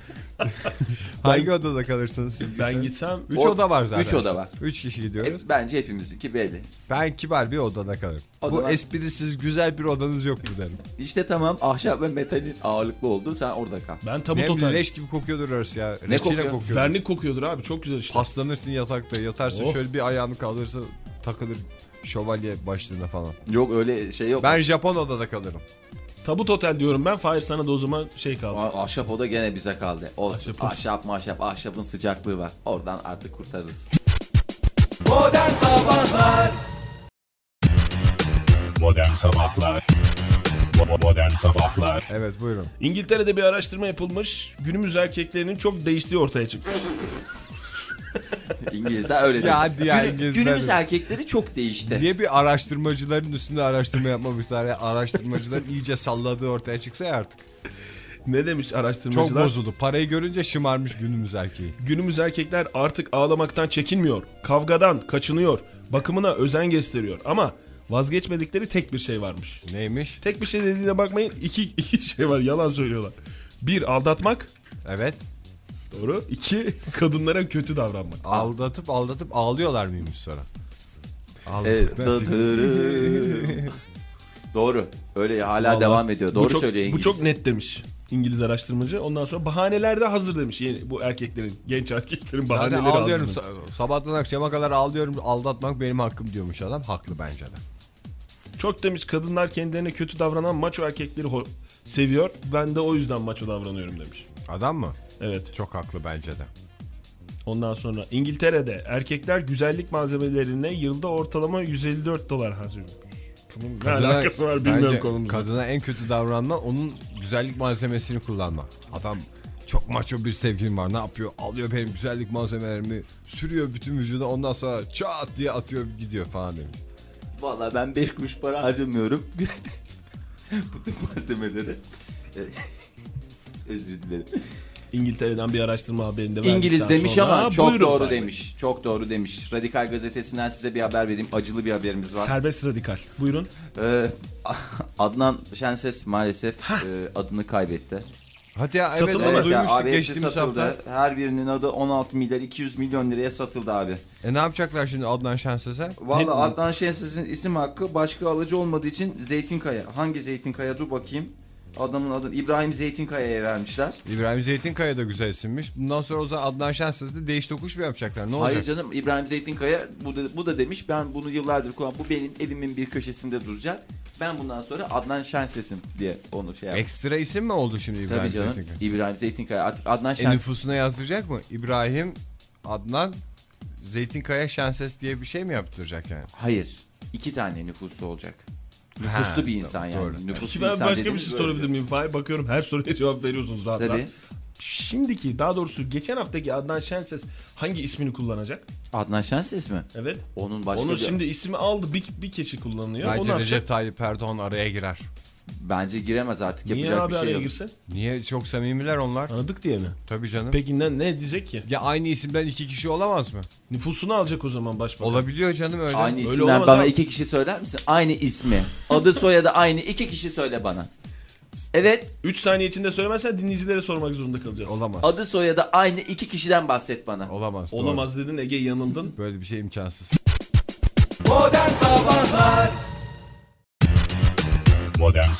Speaker 2: Hangi odada kalırsınız siz?
Speaker 3: Ben gitsem
Speaker 2: 3 oda var zaten.
Speaker 4: 3 oda var.
Speaker 2: 3 kişi gidiyoruz.
Speaker 4: Bence hepimizinki belli.
Speaker 2: Ben kibar bir odada kalırım.
Speaker 4: O
Speaker 2: Bu
Speaker 4: zaman-
Speaker 2: esprisiz güzel bir odanız yok mu derim.
Speaker 4: İşte tamam, ahşap ve metalin ağırlıklı olduğu, sen orada kal.
Speaker 3: ben tabut
Speaker 2: Ne
Speaker 3: otel.
Speaker 2: leş gibi kokuyordur orası ya.
Speaker 4: Ne
Speaker 2: Reçine
Speaker 4: kokuyor?
Speaker 2: kokuyordur.
Speaker 3: Vernik kokuyordur abi, çok güzel işte.
Speaker 2: Paslanırsın yatakta, yatarsın
Speaker 3: Oh.
Speaker 2: şöyle bir ayağını kaldırırsın, takılır şövalye başlığına falan.
Speaker 4: Yok öyle şey yok.
Speaker 2: Ben Japon odada kalırım.
Speaker 3: Tabut otel diyorum ben. Fahir sana da o zaman şey kaldı.
Speaker 4: Ahşap oda gene bize kaldı. Olsun.
Speaker 3: Ahşap
Speaker 4: Ahşapın sıcaklığı var. Oradan artık kurtarırız.
Speaker 1: Modern Sabahlar Modern Sabahlar Modern Sabahlar
Speaker 2: Evet, buyurun.
Speaker 3: İngiltere'de bir araştırma yapılmış. Günümüz erkeklerinin çok değiştiği ortaya çıkmış.
Speaker 4: İngilizler öyle
Speaker 2: Ya
Speaker 4: diyor.
Speaker 2: hadi ya, İngilizler
Speaker 4: Günümüz
Speaker 2: de.
Speaker 4: erkekleri çok değişti.
Speaker 2: Niye bir araştırmacıların üstünde araştırma yapmamışlar ya? Araştırmacıların iyice salladığı ortaya çıksa ya artık.
Speaker 3: Ne demiş
Speaker 2: Çok
Speaker 3: araştırmacılar?
Speaker 2: bozuldu. Parayı görünce şımarmış günümüz erkeği.
Speaker 3: Günümüz erkekler artık ağlamaktan çekinmiyor. Kavgadan kaçınıyor. Bakımına özen gösteriyor. Ama vazgeçmedikleri tek bir şey varmış.
Speaker 2: Neymiş?
Speaker 3: Tek bir şey dediğine bakmayın. İki şey var. Yalan söylüyorlar. Bir, aldatmak.
Speaker 2: Evet.
Speaker 3: Doğru. İki, kadınlara kötü davranmak.
Speaker 2: Aldatıp ağlıyorlar mıymış sonra?
Speaker 4: Evet. Doğru. Öyle hala
Speaker 3: Vallahi
Speaker 4: devam ediyor. Doğru
Speaker 3: bu çok,
Speaker 4: söylüyor İngiliz.
Speaker 3: Bu çok net demiş İngiliz araştırmacı. Ondan sonra bahanelerde hazır demiş. Bu erkeklerin, genç erkeklerin
Speaker 2: Zaten
Speaker 3: bahaneleri
Speaker 2: ağlıyorum.
Speaker 3: hazır.
Speaker 2: Sabahtan akşama kadar ağlıyorum. Aldatmak benim hakkım diyormuş adam. Haklı bence de.
Speaker 3: Çok demiş, kadınlar kendilerine kötü davranan maço erkekleri seviyor. Ben de o yüzden maço davranıyorum demiş.
Speaker 2: Adam mı?
Speaker 3: Evet.
Speaker 2: Çok haklı bence de.
Speaker 3: Ondan sonra İngiltere'de erkekler güzellik malzemelerine yılda ortalama 154 dolar harcıyor. Bunun ne alakası var bilmiyorum
Speaker 2: bence
Speaker 3: konumuzda.
Speaker 2: Kadına en kötü davranma onun güzellik malzemesini kullanma. Adam çok maço bir sevgilim var, ne yapıyor? Alıyor benim güzellik malzemelerimi, sürüyor bütün vücuda, ondan sonra çat diye atıyor gidiyor falan demiş.
Speaker 4: Valla ben 5 kuruş para harcamıyorum. Bütün malzemeleri. Özür dilerim.
Speaker 3: İngiltere'den bir araştırma haberinde
Speaker 4: İngiliz
Speaker 3: verdikten
Speaker 4: demiş
Speaker 3: sonra,
Speaker 4: ama çok
Speaker 3: buyurun
Speaker 4: doğru
Speaker 3: Fahri.
Speaker 4: demiş. Çok doğru demiş. Radikal gazetesinden size bir haber vereyim. Acılı bir haberimiz var.
Speaker 3: Serbest radikal. Buyurun.
Speaker 4: Adnan Şenses maalesef adını kaybetti.
Speaker 2: Hadi ya,
Speaker 3: Satıldı
Speaker 2: evet,
Speaker 3: mı?
Speaker 2: duymuştuk
Speaker 4: abi hepsi
Speaker 2: geçtiğimiz
Speaker 4: satıldı.
Speaker 2: hafta.
Speaker 4: Her birinin adı 16 milyar 200 milyon liraya satıldı abi.
Speaker 2: Ne yapacaklar şimdi Adnan Şenses'e?
Speaker 4: Valla Adnan Şenses'in isim hakkı başka alıcı olmadığı için Zeytinkaya. Hangi Zeytinkaya dur bakayım. Adamın adını İbrahim Zeytinkaya'ya vermişler.
Speaker 2: İbrahim Zeytinkaya da güzel isimmiş. Bundan sonra o zaman Adnan Şenses'le değiş tokuş mu yapacaklar? Ne olacak?
Speaker 4: Hayır canım, İbrahim Zeytinkaya bu da demiş, ben bunu yıllardır kullan, bu benim evimin bir köşesinde duracak. Ben bundan sonra Adnan Şenses'im diye onu şey yaptım.
Speaker 2: Ekstra isim mi oldu şimdi İbrahim
Speaker 4: Tabii canım,
Speaker 2: Zeytinkaya?
Speaker 4: İbrahim Zeytinkaya artık Adnan Şenses.
Speaker 2: Nüfusuna yazdıracak mı? İbrahim Adnan Zeytinkaya Şenses diye bir şey mi yaptıracak yani?
Speaker 4: Hayır, 2 tane nüfusu olacak. Nüfuslu bir insan yani.
Speaker 2: doğru.
Speaker 4: Nüfuslu
Speaker 3: Ben
Speaker 4: insan
Speaker 3: başka bir
Speaker 4: dediğimiz
Speaker 3: şey
Speaker 4: böyle.
Speaker 3: sorabilir miyim Fahir? Bakıyorum her soruya cevap veriyorsunuz rahat rahat.
Speaker 4: Tabii.
Speaker 3: Şimdiki, daha doğrusu geçen haftaki Adnan Şenses hangi ismini kullanacak?
Speaker 4: Adnan Şenses mi?
Speaker 3: Evet.
Speaker 4: Onun başka
Speaker 3: Onu
Speaker 4: bir...
Speaker 3: şimdi ismi aldı, bir kişi kullanıyor.
Speaker 2: Bence
Speaker 3: Onu
Speaker 2: Recep
Speaker 3: yapacak.
Speaker 2: Tayyip Erdoğan araya girer.
Speaker 4: Bence giremez artık,
Speaker 3: Niye
Speaker 4: yapacak
Speaker 3: abi
Speaker 4: bir şey
Speaker 3: araya
Speaker 4: yok.
Speaker 3: girsin?
Speaker 2: Niye? Çok samimiler onlar.
Speaker 3: Tanıdık diye mi?
Speaker 2: Tabii canım.
Speaker 3: Peki ne diyecek ki?
Speaker 2: Ya aynı isimden 2 kişi olamaz mı?
Speaker 3: Nüfusunu alacak o zaman başbakan.
Speaker 2: Olabiliyor canım öyle.
Speaker 4: Aynı
Speaker 3: Öyle
Speaker 4: isimden
Speaker 3: olamaz
Speaker 4: bana
Speaker 3: abi.
Speaker 4: 2 kişi söyler misin? Aynı ismi. Adı soyadı aynı 2 kişi söyle bana. Evet.
Speaker 3: 3 saniye içinde söylemezsen dinleyicilere sormak zorunda kalacağız.
Speaker 2: Olamaz.
Speaker 4: Adı soyadı aynı 2 kişiden bahset bana.
Speaker 2: Olamaz. doğru.
Speaker 3: Olamaz dedin Ege, yanıldın.
Speaker 2: Böyle bir şey imkansız.
Speaker 1: Modern Sabahlar Modern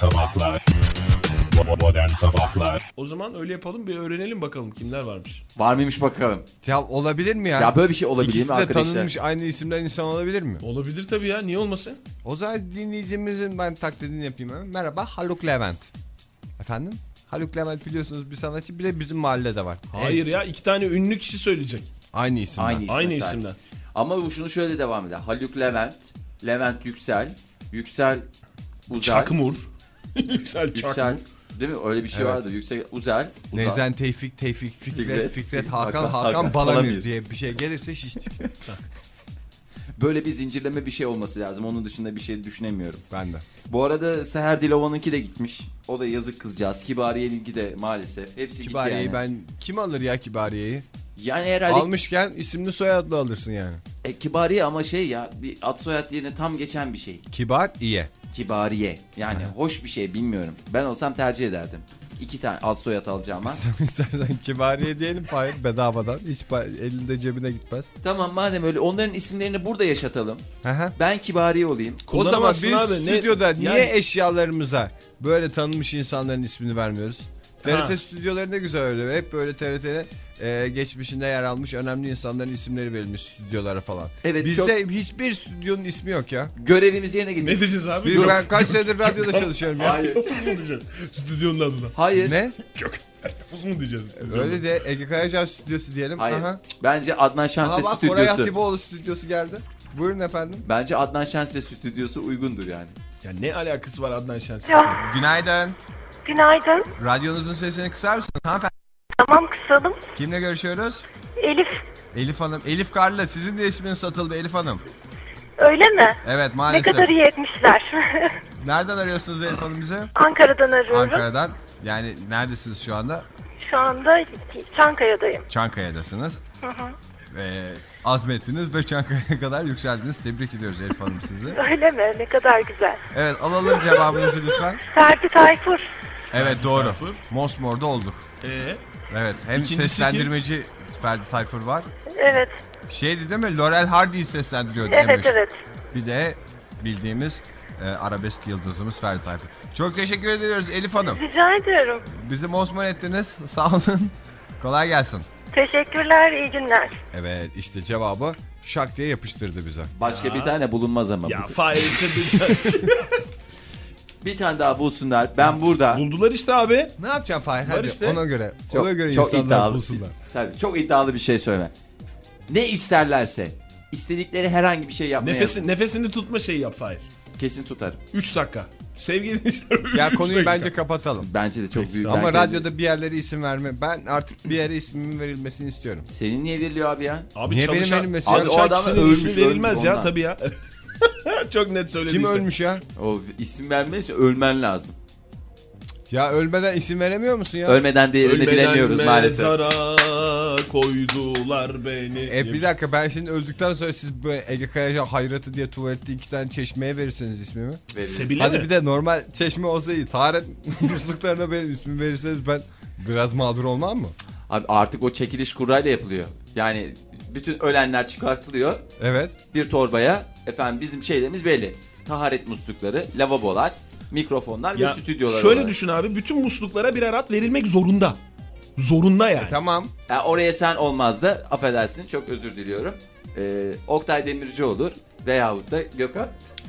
Speaker 1: Sabahlar
Speaker 3: O zaman öyle yapalım, bir öğrenelim bakalım kimler varmış.
Speaker 4: Var mıymış bakalım.
Speaker 2: Ya olabilir mi ya?
Speaker 4: Ya böyle bir şey olabilir
Speaker 2: İkisi
Speaker 4: mi
Speaker 2: de
Speaker 4: arkadaşlar?
Speaker 2: tanınmış aynı isimden insan olabilir mi?
Speaker 3: Olabilir tabii ya, niye olmasın?
Speaker 2: O zaman dinleyicimizin ben taklidini yapayım hemen. Merhaba, Haluk Levent. Efendim? Haluk Levent biliyorsunuz bir sanatçı, bir de bizim mahallede var.
Speaker 3: Hayır ya, 2 tane ünlü kişi söyleyecek.
Speaker 2: Aynı isimden.
Speaker 4: Aynı isim.
Speaker 3: Aynı
Speaker 4: sahip.
Speaker 3: isimden.
Speaker 4: Ama bu şunu şöyle devam eder. Haluk Levent, Levent Yüksel, Yüksel Uzel.
Speaker 3: Çakmur. Yüksel
Speaker 4: Yüksel.
Speaker 3: Çakmur.
Speaker 4: Değil mi? Öyle bir şey
Speaker 2: Evet.
Speaker 4: vardı. Yüksel Uzel. Uzal.
Speaker 2: Nezen Tevfik, Fikret,
Speaker 4: Fikret,
Speaker 2: Hakan,
Speaker 4: Hakan
Speaker 2: Balamir
Speaker 4: Balamir
Speaker 2: diye bir şey gelirse şiştik.
Speaker 4: Böyle bir zincirleme bir şey olması lazım. Onun dışında bir şey düşünemiyorum.
Speaker 2: Ben de.
Speaker 4: Bu arada Seher Dilova'nınki de gitmiş. O da yazık kızcağız. Kibariye'ninki de maalesef. Hepsi
Speaker 2: Kibariye'yi
Speaker 4: gitti yani.
Speaker 2: ben... Kim alır ya Kibariye'yi?
Speaker 4: Yani herhalde
Speaker 2: Almışken isimli soyadlı alırsın yani.
Speaker 4: Kibariye ama şey ya, bir ad soyad yerine tam geçen bir şey.
Speaker 2: Kibar, iyi.
Speaker 4: Kibariye. Yani hoş bir şey, bilmiyorum. Ben olsam tercih ederdim. 2 tane ad soyad alacağıma.
Speaker 2: İstersen Kibariye diyelim Fahir bedavadan. Hiç elinde cebine gitmez.
Speaker 4: Tamam, madem öyle onların isimlerini burada yaşatalım.
Speaker 2: Aha.
Speaker 4: Ben Kibariye olayım.
Speaker 2: O zaman
Speaker 3: Kullanamazsın
Speaker 2: biz
Speaker 3: abi.
Speaker 2: stüdyoda niye
Speaker 3: Yani-
Speaker 2: eşyalarımıza böyle tanınmış insanların ismini vermiyoruz? TRT
Speaker 3: Ha.
Speaker 2: stüdyoları ne güzel öyle. Hep böyle TRT'de geçmişinde yer almış önemli insanların isimleri verilmiş stüdyolara falan.
Speaker 4: Evet,
Speaker 2: Bizde hiçbir stüdyonun ismi yok ya.
Speaker 4: Görevimizi yerine
Speaker 3: Ne
Speaker 4: getireceğiz.
Speaker 3: diyeceğiz abi?
Speaker 2: Bir
Speaker 3: Yok.
Speaker 2: ben kaç senedir radyoda çalışıyorum ya.
Speaker 4: Hayır.
Speaker 3: Yok mu diyeceğiz? Stüdyonun adına.
Speaker 4: Hayır.
Speaker 2: Ne?
Speaker 3: Yok. Yapuz mu diyeceğiz? stüdyonun
Speaker 2: Öyle de Ege Kayacan stüdyosu diyelim.
Speaker 4: Hayır.
Speaker 2: Aha.
Speaker 4: Bence Adnan
Speaker 2: Aha
Speaker 4: Şenses
Speaker 2: bak Koray
Speaker 4: stüdyosu.
Speaker 2: Hatipoğlu stüdyosu geldi. Buyurun efendim.
Speaker 4: Bence Adnan Şenses stüdyosu uygundur yani.
Speaker 3: Ya ne alakası var Adnan Şenses?
Speaker 5: Ya,
Speaker 2: Günaydın.
Speaker 5: günaydın.
Speaker 2: Radyonuzun sesini kısar mısınız hanımefendi?
Speaker 5: Tamam, kısalım.
Speaker 2: Kimle görüşüyoruz?
Speaker 5: Elif,
Speaker 2: Elif Hanım. Elif Karlı. Sizin de isminiz satıldı Elif Hanım.
Speaker 5: öyle mi?
Speaker 2: Evet
Speaker 5: Ne
Speaker 2: maalesef.
Speaker 5: kadar iyi etmişler.
Speaker 2: Nereden arıyorsunuz Elif Hanım bize?
Speaker 5: Ankara'dan arıyorum.
Speaker 2: Ankara'dan. Yani neredesiniz şu anda?
Speaker 5: Şu anda Çankaya'dayım.
Speaker 2: Çankaya'dasınız. Azmettiniz ve Çankaya'ya kadar yükseldiniz. Tebrik ediyoruz Elif Hanım sizi.
Speaker 5: Öyle mi? Ne kadar güzel.
Speaker 2: Evet alalım cevabınızı lütfen.
Speaker 5: Ferdi Tayfur.
Speaker 2: Evet doğru.
Speaker 3: Tayfur.
Speaker 2: Mosmor'da olduk. Evet hem
Speaker 3: İkincisi
Speaker 2: seslendirmeci Ferdi Tayfur var.
Speaker 5: Evet,
Speaker 2: Şeydi değil mi? Laurel Hardy'yi seslendiriyordu
Speaker 5: evet,
Speaker 2: Emre.
Speaker 5: evet.
Speaker 2: Bir de bildiğimiz arabesk yıldızımız Ferdi Tayfur. Çok teşekkür ediyoruz Elif Hanım.
Speaker 5: Rica ediyorum.
Speaker 2: Bizi mosmor ettiniz. Sağ olun. Kolay gelsin.
Speaker 5: Teşekkürler, iyi günler.
Speaker 2: Evet işte cevabı şak diye yapıştırdı bize.
Speaker 4: Başka bir tane bulunmaz ama.
Speaker 3: Ya
Speaker 4: bu.
Speaker 3: Fahir işte
Speaker 4: Bir tane daha bulsunlar. Ben burada.
Speaker 3: buldular işte abi.
Speaker 2: Ne yapacaksın Fahir? Hadi
Speaker 3: işte.
Speaker 2: ona göre.
Speaker 4: Çok-
Speaker 2: ona göre
Speaker 4: çok
Speaker 2: insanlar
Speaker 4: iddialı.
Speaker 2: bulsunlar.
Speaker 4: Tabii çok iddialı bir şey söyleme. Ne isterlerse, istedikleri herhangi bir şey yapmaya
Speaker 3: Nefesini tutma şeyi yap Fahir.
Speaker 4: kesin tutarım.
Speaker 3: 3 dakika. Sevgili dinleyiciler.
Speaker 2: Ya
Speaker 3: üç
Speaker 2: konuyu
Speaker 3: dakika.
Speaker 2: bence kapatalım.
Speaker 4: Bence de çok büyük.
Speaker 2: Ama
Speaker 4: belki-
Speaker 2: radyoda bir yerlere isim verme. Ben artık bir yere ismimin verilmesini istiyorum.
Speaker 4: Senin niye veriliyor abi ya?
Speaker 3: Abi
Speaker 2: Niye
Speaker 3: çalışan,
Speaker 2: benim elimde?
Speaker 4: Abi o
Speaker 3: çalışan
Speaker 4: adam
Speaker 3: kişinin
Speaker 4: ölmüş,
Speaker 3: ismi verilmez
Speaker 4: ölmüş
Speaker 3: ya
Speaker 4: ondan.
Speaker 3: tabii ya. Çok net söyledi
Speaker 2: Kim
Speaker 3: işte.
Speaker 2: ölmüş ya?
Speaker 4: O isim vermek için ölmen lazım.
Speaker 2: Ya ölmeden isim veremiyor musun ya?
Speaker 4: Ölmeden değerini
Speaker 3: Ölmeden
Speaker 4: bilemiyoruz maalesef.
Speaker 3: mezara koydular beni.
Speaker 2: Bir dakika ben şimdi öldükten sonra siz böyle Ege Kayacan hayratı diye tuvalette 2 tane çeşmeye verirseniz ismimi.
Speaker 4: Verin.
Speaker 3: Sebile
Speaker 2: Hadi
Speaker 3: mi?
Speaker 2: bir de normal çeşme olsa iyi. Taharet musluklarına benim ismimi verirseniz ben Biraz mağdur olmam mı?
Speaker 4: Abi artık o çekiliş kurayla yapılıyor. Yani bütün ölenler çıkartılıyor.
Speaker 2: Evet.
Speaker 4: Bir torbaya efendim bizim şeylerimiz belli. Taharet muslukları, lavabolar, mikrofonlar ve stüdyolar
Speaker 3: Şöyle
Speaker 4: olarak.
Speaker 3: düşün abi, bütün musluklara birer at verilmek zorunda. Zorunda yani.
Speaker 2: Tamam.
Speaker 4: Yani oraya sen olmaz da affedersin, çok özür diliyorum. Oktay Demirci olur veyahut da Gökhan.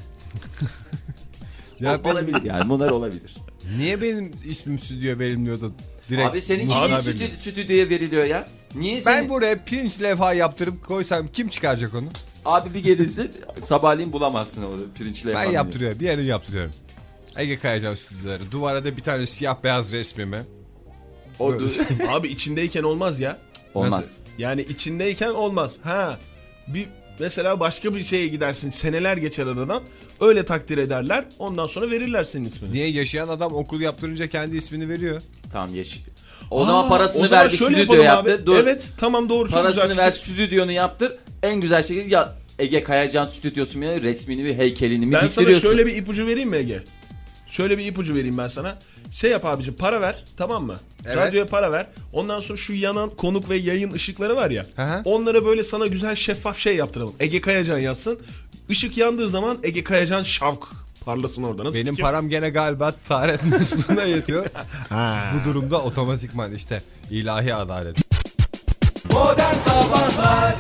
Speaker 2: Ya
Speaker 4: olabilir yani, bunlar olabilir.
Speaker 2: Niye benim ismim stüdyo verilmiyordu? Direkt
Speaker 4: Abi senin
Speaker 2: Mustafa
Speaker 4: için
Speaker 2: veriliyor.
Speaker 4: stüdyoya veriliyor ya. Niye
Speaker 2: Ben
Speaker 4: senin?
Speaker 2: buraya pirinç levha yaptırıp koysam kim çıkaracak onu?
Speaker 4: Abi bir gelirsin sabahleyin bulamazsın orada pirinçle
Speaker 2: Ben
Speaker 4: yapan.
Speaker 2: yaptırıyorum. Bir yerini yaptırıyorum. Ege Kayacan stüdyoları. Duvara da bir tane siyah beyaz resmimi.
Speaker 4: O
Speaker 2: Böyle.
Speaker 3: Abi içindeyken olmaz ya.
Speaker 4: olmaz.
Speaker 2: Nasıl?
Speaker 3: Yani içindeyken olmaz. Bir mesela başka bir şeye gidersin. Seneler geçer aradan. Öyle takdir ederler. Ondan sonra verirler senin ismini.
Speaker 2: Niye yaşayan adam okul yaptırınca kendi ismini veriyor?
Speaker 4: Tamam yeşil. O zaman parasını
Speaker 3: o zaman
Speaker 4: ver, bir
Speaker 3: şöyle
Speaker 4: stüdyo
Speaker 3: yapalım
Speaker 4: yaptır.
Speaker 3: abi.
Speaker 4: Dur.
Speaker 3: Evet tamam, doğru, çok
Speaker 4: Parasını
Speaker 3: güzel
Speaker 4: ver,
Speaker 3: fikir.
Speaker 4: stüdyonu yaptır. En güzel şekilde ya Ege Kayacan stüdyosu mu, resmini bir heykelini mi
Speaker 3: Ben sana
Speaker 4: diktiriyorsun.
Speaker 3: şöyle bir ipucu vereyim mi Ege? Şöyle bir ipucu vereyim ben sana. Şey yap abicim, para ver, tamam mı?
Speaker 2: Evet.
Speaker 3: Radyoya para ver. Ondan sonra şu yanan konuk ve yayın ışıkları var ya.
Speaker 2: Hı hı.
Speaker 3: Onlara böyle sana güzel şeffaf şey yaptıralım. Ege Kayacan yazsın. Işık yandığı zaman Ege Kayacan şavk parlasın orada. Nasıl
Speaker 2: Benim
Speaker 3: fikir?
Speaker 2: param gene galiba taharet musluğuna yetiyor. Bu durumda otomatikman işte ilahi adalet.
Speaker 1: Modern Sabahlar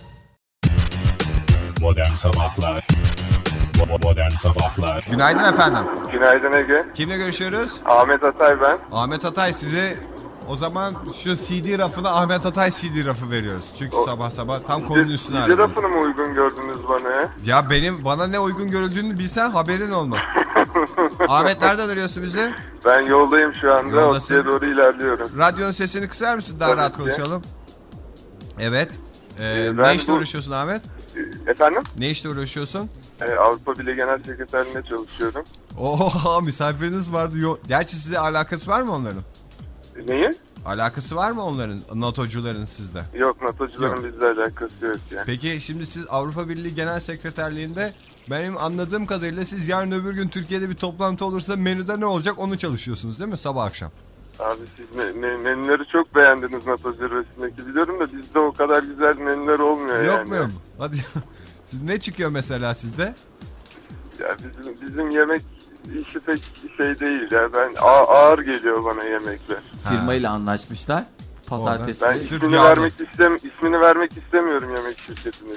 Speaker 1: Modern Sabahlar Modern Sabahlar
Speaker 2: Günaydın efendim.
Speaker 6: Günaydın Ege.
Speaker 2: Kimle görüşüyoruz?
Speaker 6: Ahmet Atay ben.
Speaker 2: Ahmet Atay, size o zaman şu CD rafına Ahmet Atay CD rafı veriyoruz. Çünkü sabah sabah tam konunun üstüne
Speaker 6: Dizi
Speaker 2: aradınız.
Speaker 6: rafını mı uygun gördünüz bana ya?
Speaker 2: Ya bana ne uygun görüldüğünü bilsen haberin olmaz. Ahmet, nereden arıyorsun bizi?
Speaker 6: Ben yoldayım şu anda.
Speaker 2: Yoldasın.
Speaker 6: Otlu'ya doğru ilerliyorum.
Speaker 2: Radyonun sesini kısar mısın? Daha
Speaker 6: Tabii
Speaker 2: rahat
Speaker 6: ki.
Speaker 2: konuşalım. Evet. Ne
Speaker 6: ben
Speaker 2: işle
Speaker 6: bu-
Speaker 2: uğraşıyorsun Ahmet?
Speaker 6: Efendim?
Speaker 2: Ne işle uğraşıyorsun?
Speaker 6: Avrupa Birliği Genel Sekreterliğinde çalışıyorum.
Speaker 2: Oha, misafiriniz vardı. Gerçi size alakası var mı onların?
Speaker 6: Neyi?
Speaker 2: Alakası var mı onların, NATO'cuların sizde?
Speaker 6: Yok, NATO'cuların
Speaker 2: Yok.
Speaker 6: bizle alakası yok ya.
Speaker 2: Peki şimdi siz Avrupa Birliği Genel Sekreterliğinde, benim anladığım kadarıyla siz yarın öbür gün Türkiye'de bir toplantı olursa menüde ne olacak onu çalışıyorsunuz değil mi, sabah akşam?
Speaker 6: Abi siz menüleri çok beğendiniz NATO zirvesindeki, biliyorum da bizde o kadar güzel menüler olmuyor
Speaker 2: Yok
Speaker 6: yani.
Speaker 2: mu? Hadi. Siz ne çıkıyor mesela sizde?
Speaker 6: Ya bizim yemek işi pek şey değil ya. Ağır geliyor bana yemekler.
Speaker 4: Firmayla anlaşmışlar. Pazartesi.
Speaker 6: Ben
Speaker 2: Sırf
Speaker 6: ismini
Speaker 2: yağlı.
Speaker 6: ismini vermek istemiyorum yemek şirketine.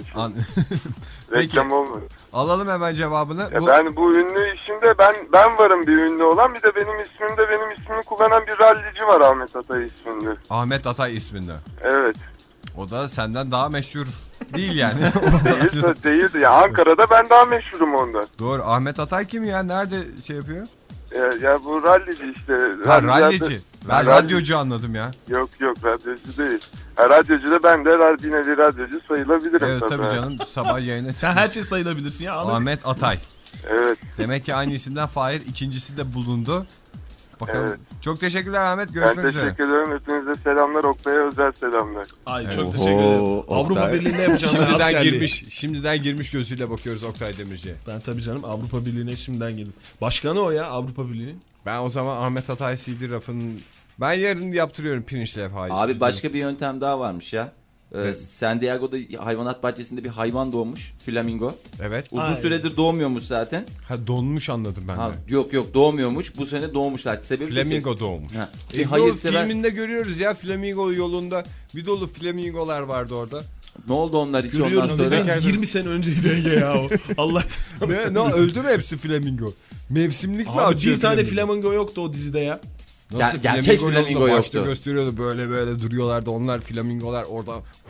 Speaker 2: Peki.
Speaker 6: Reklam olmuyor.
Speaker 2: Alalım hemen cevabını.
Speaker 6: Ya ben bu ünlü işimde ben varım, bir ünlü olan, bir de benim ismimi kullanan bir rallici var, Ahmet Atay isminde.
Speaker 2: Ahmet Atay isminde.
Speaker 6: Evet.
Speaker 2: O da senden daha meşhur değil yani.
Speaker 6: Değildi ya, Ankara'da ben daha meşhurum ondan.
Speaker 2: Doğru. Ahmet Atay kim ya? Nerede şey yapıyor?
Speaker 6: Ya bu rallici işte.
Speaker 2: Ha, rallici. Ben
Speaker 6: Rallici.
Speaker 2: radyocu anladım ya.
Speaker 6: Yok radyocu değil. Radyocu da ben de yine bir radyocu sayılabilirim
Speaker 2: Evet tabii canım, sabah yayına.
Speaker 3: Sen her şey sayılabilirsin ya.
Speaker 2: Ahmet Atay.
Speaker 6: Evet.
Speaker 2: Demek ki aynı isimden Fahir ikincisi de bulundu. Bakalım.
Speaker 6: Evet.
Speaker 2: Çok teşekkürler Ahmet.
Speaker 6: Ben
Speaker 2: Görüşmek üzere.
Speaker 6: teşekkür ederim. Hepinize selamlar. Oktay'a özel selamlar.
Speaker 3: Ay çok
Speaker 4: Oho,
Speaker 3: teşekkür ederim.
Speaker 4: Oktay.
Speaker 3: Avrupa Birliği'nde yapacağım ben askerliği.
Speaker 2: Şimdiden girmiş gözüyle bakıyoruz Oktay Demirci'ye.
Speaker 3: Ben tabii canım Avrupa Birliği'ne şimdiden girdim. Başkanı o ya, Avrupa Birliği'nin.
Speaker 2: Ben o zaman Ahmet Atay CD rafının, ben yarın yaptırıyorum pirinç levhayı.
Speaker 4: Abi başka bir yöntem daha varmış ya. San Diego'da hayvanat bahçesinde bir hayvan doğmuş. Flamingo.
Speaker 2: Evet.
Speaker 4: Uzun
Speaker 3: Aynen.
Speaker 4: süredir doğmuyormuş zaten.
Speaker 2: Ha, donmuş anladım ben
Speaker 4: Ha,
Speaker 2: de.
Speaker 4: yok doğmuyormuş. Bu sene doğmuşlar. Sebebi de
Speaker 2: Flamingo doğmuş.
Speaker 4: Ha, bir
Speaker 2: Bir
Speaker 4: hayırsever.
Speaker 2: filminde görüyoruz ya, Flamingo yolunda bir dolu flamingolar vardı orada.
Speaker 4: Ne oldu onlar için ondan
Speaker 3: Görüyorum
Speaker 4: sonra?
Speaker 3: neden 20 sene önceydi Ege ya o. Allah
Speaker 2: Ne öldü mü hepsi flamingo? Mevsimlik mi
Speaker 3: Abi
Speaker 2: açıyor
Speaker 3: bir tane flamingo yoktu o dizide ya.
Speaker 2: Nasıl
Speaker 4: Gerçek
Speaker 2: yolunda
Speaker 4: flamingo
Speaker 2: başta
Speaker 4: yoktu.
Speaker 2: gösteriyordu, böyle duruyorlardı onlar, flamingolar orada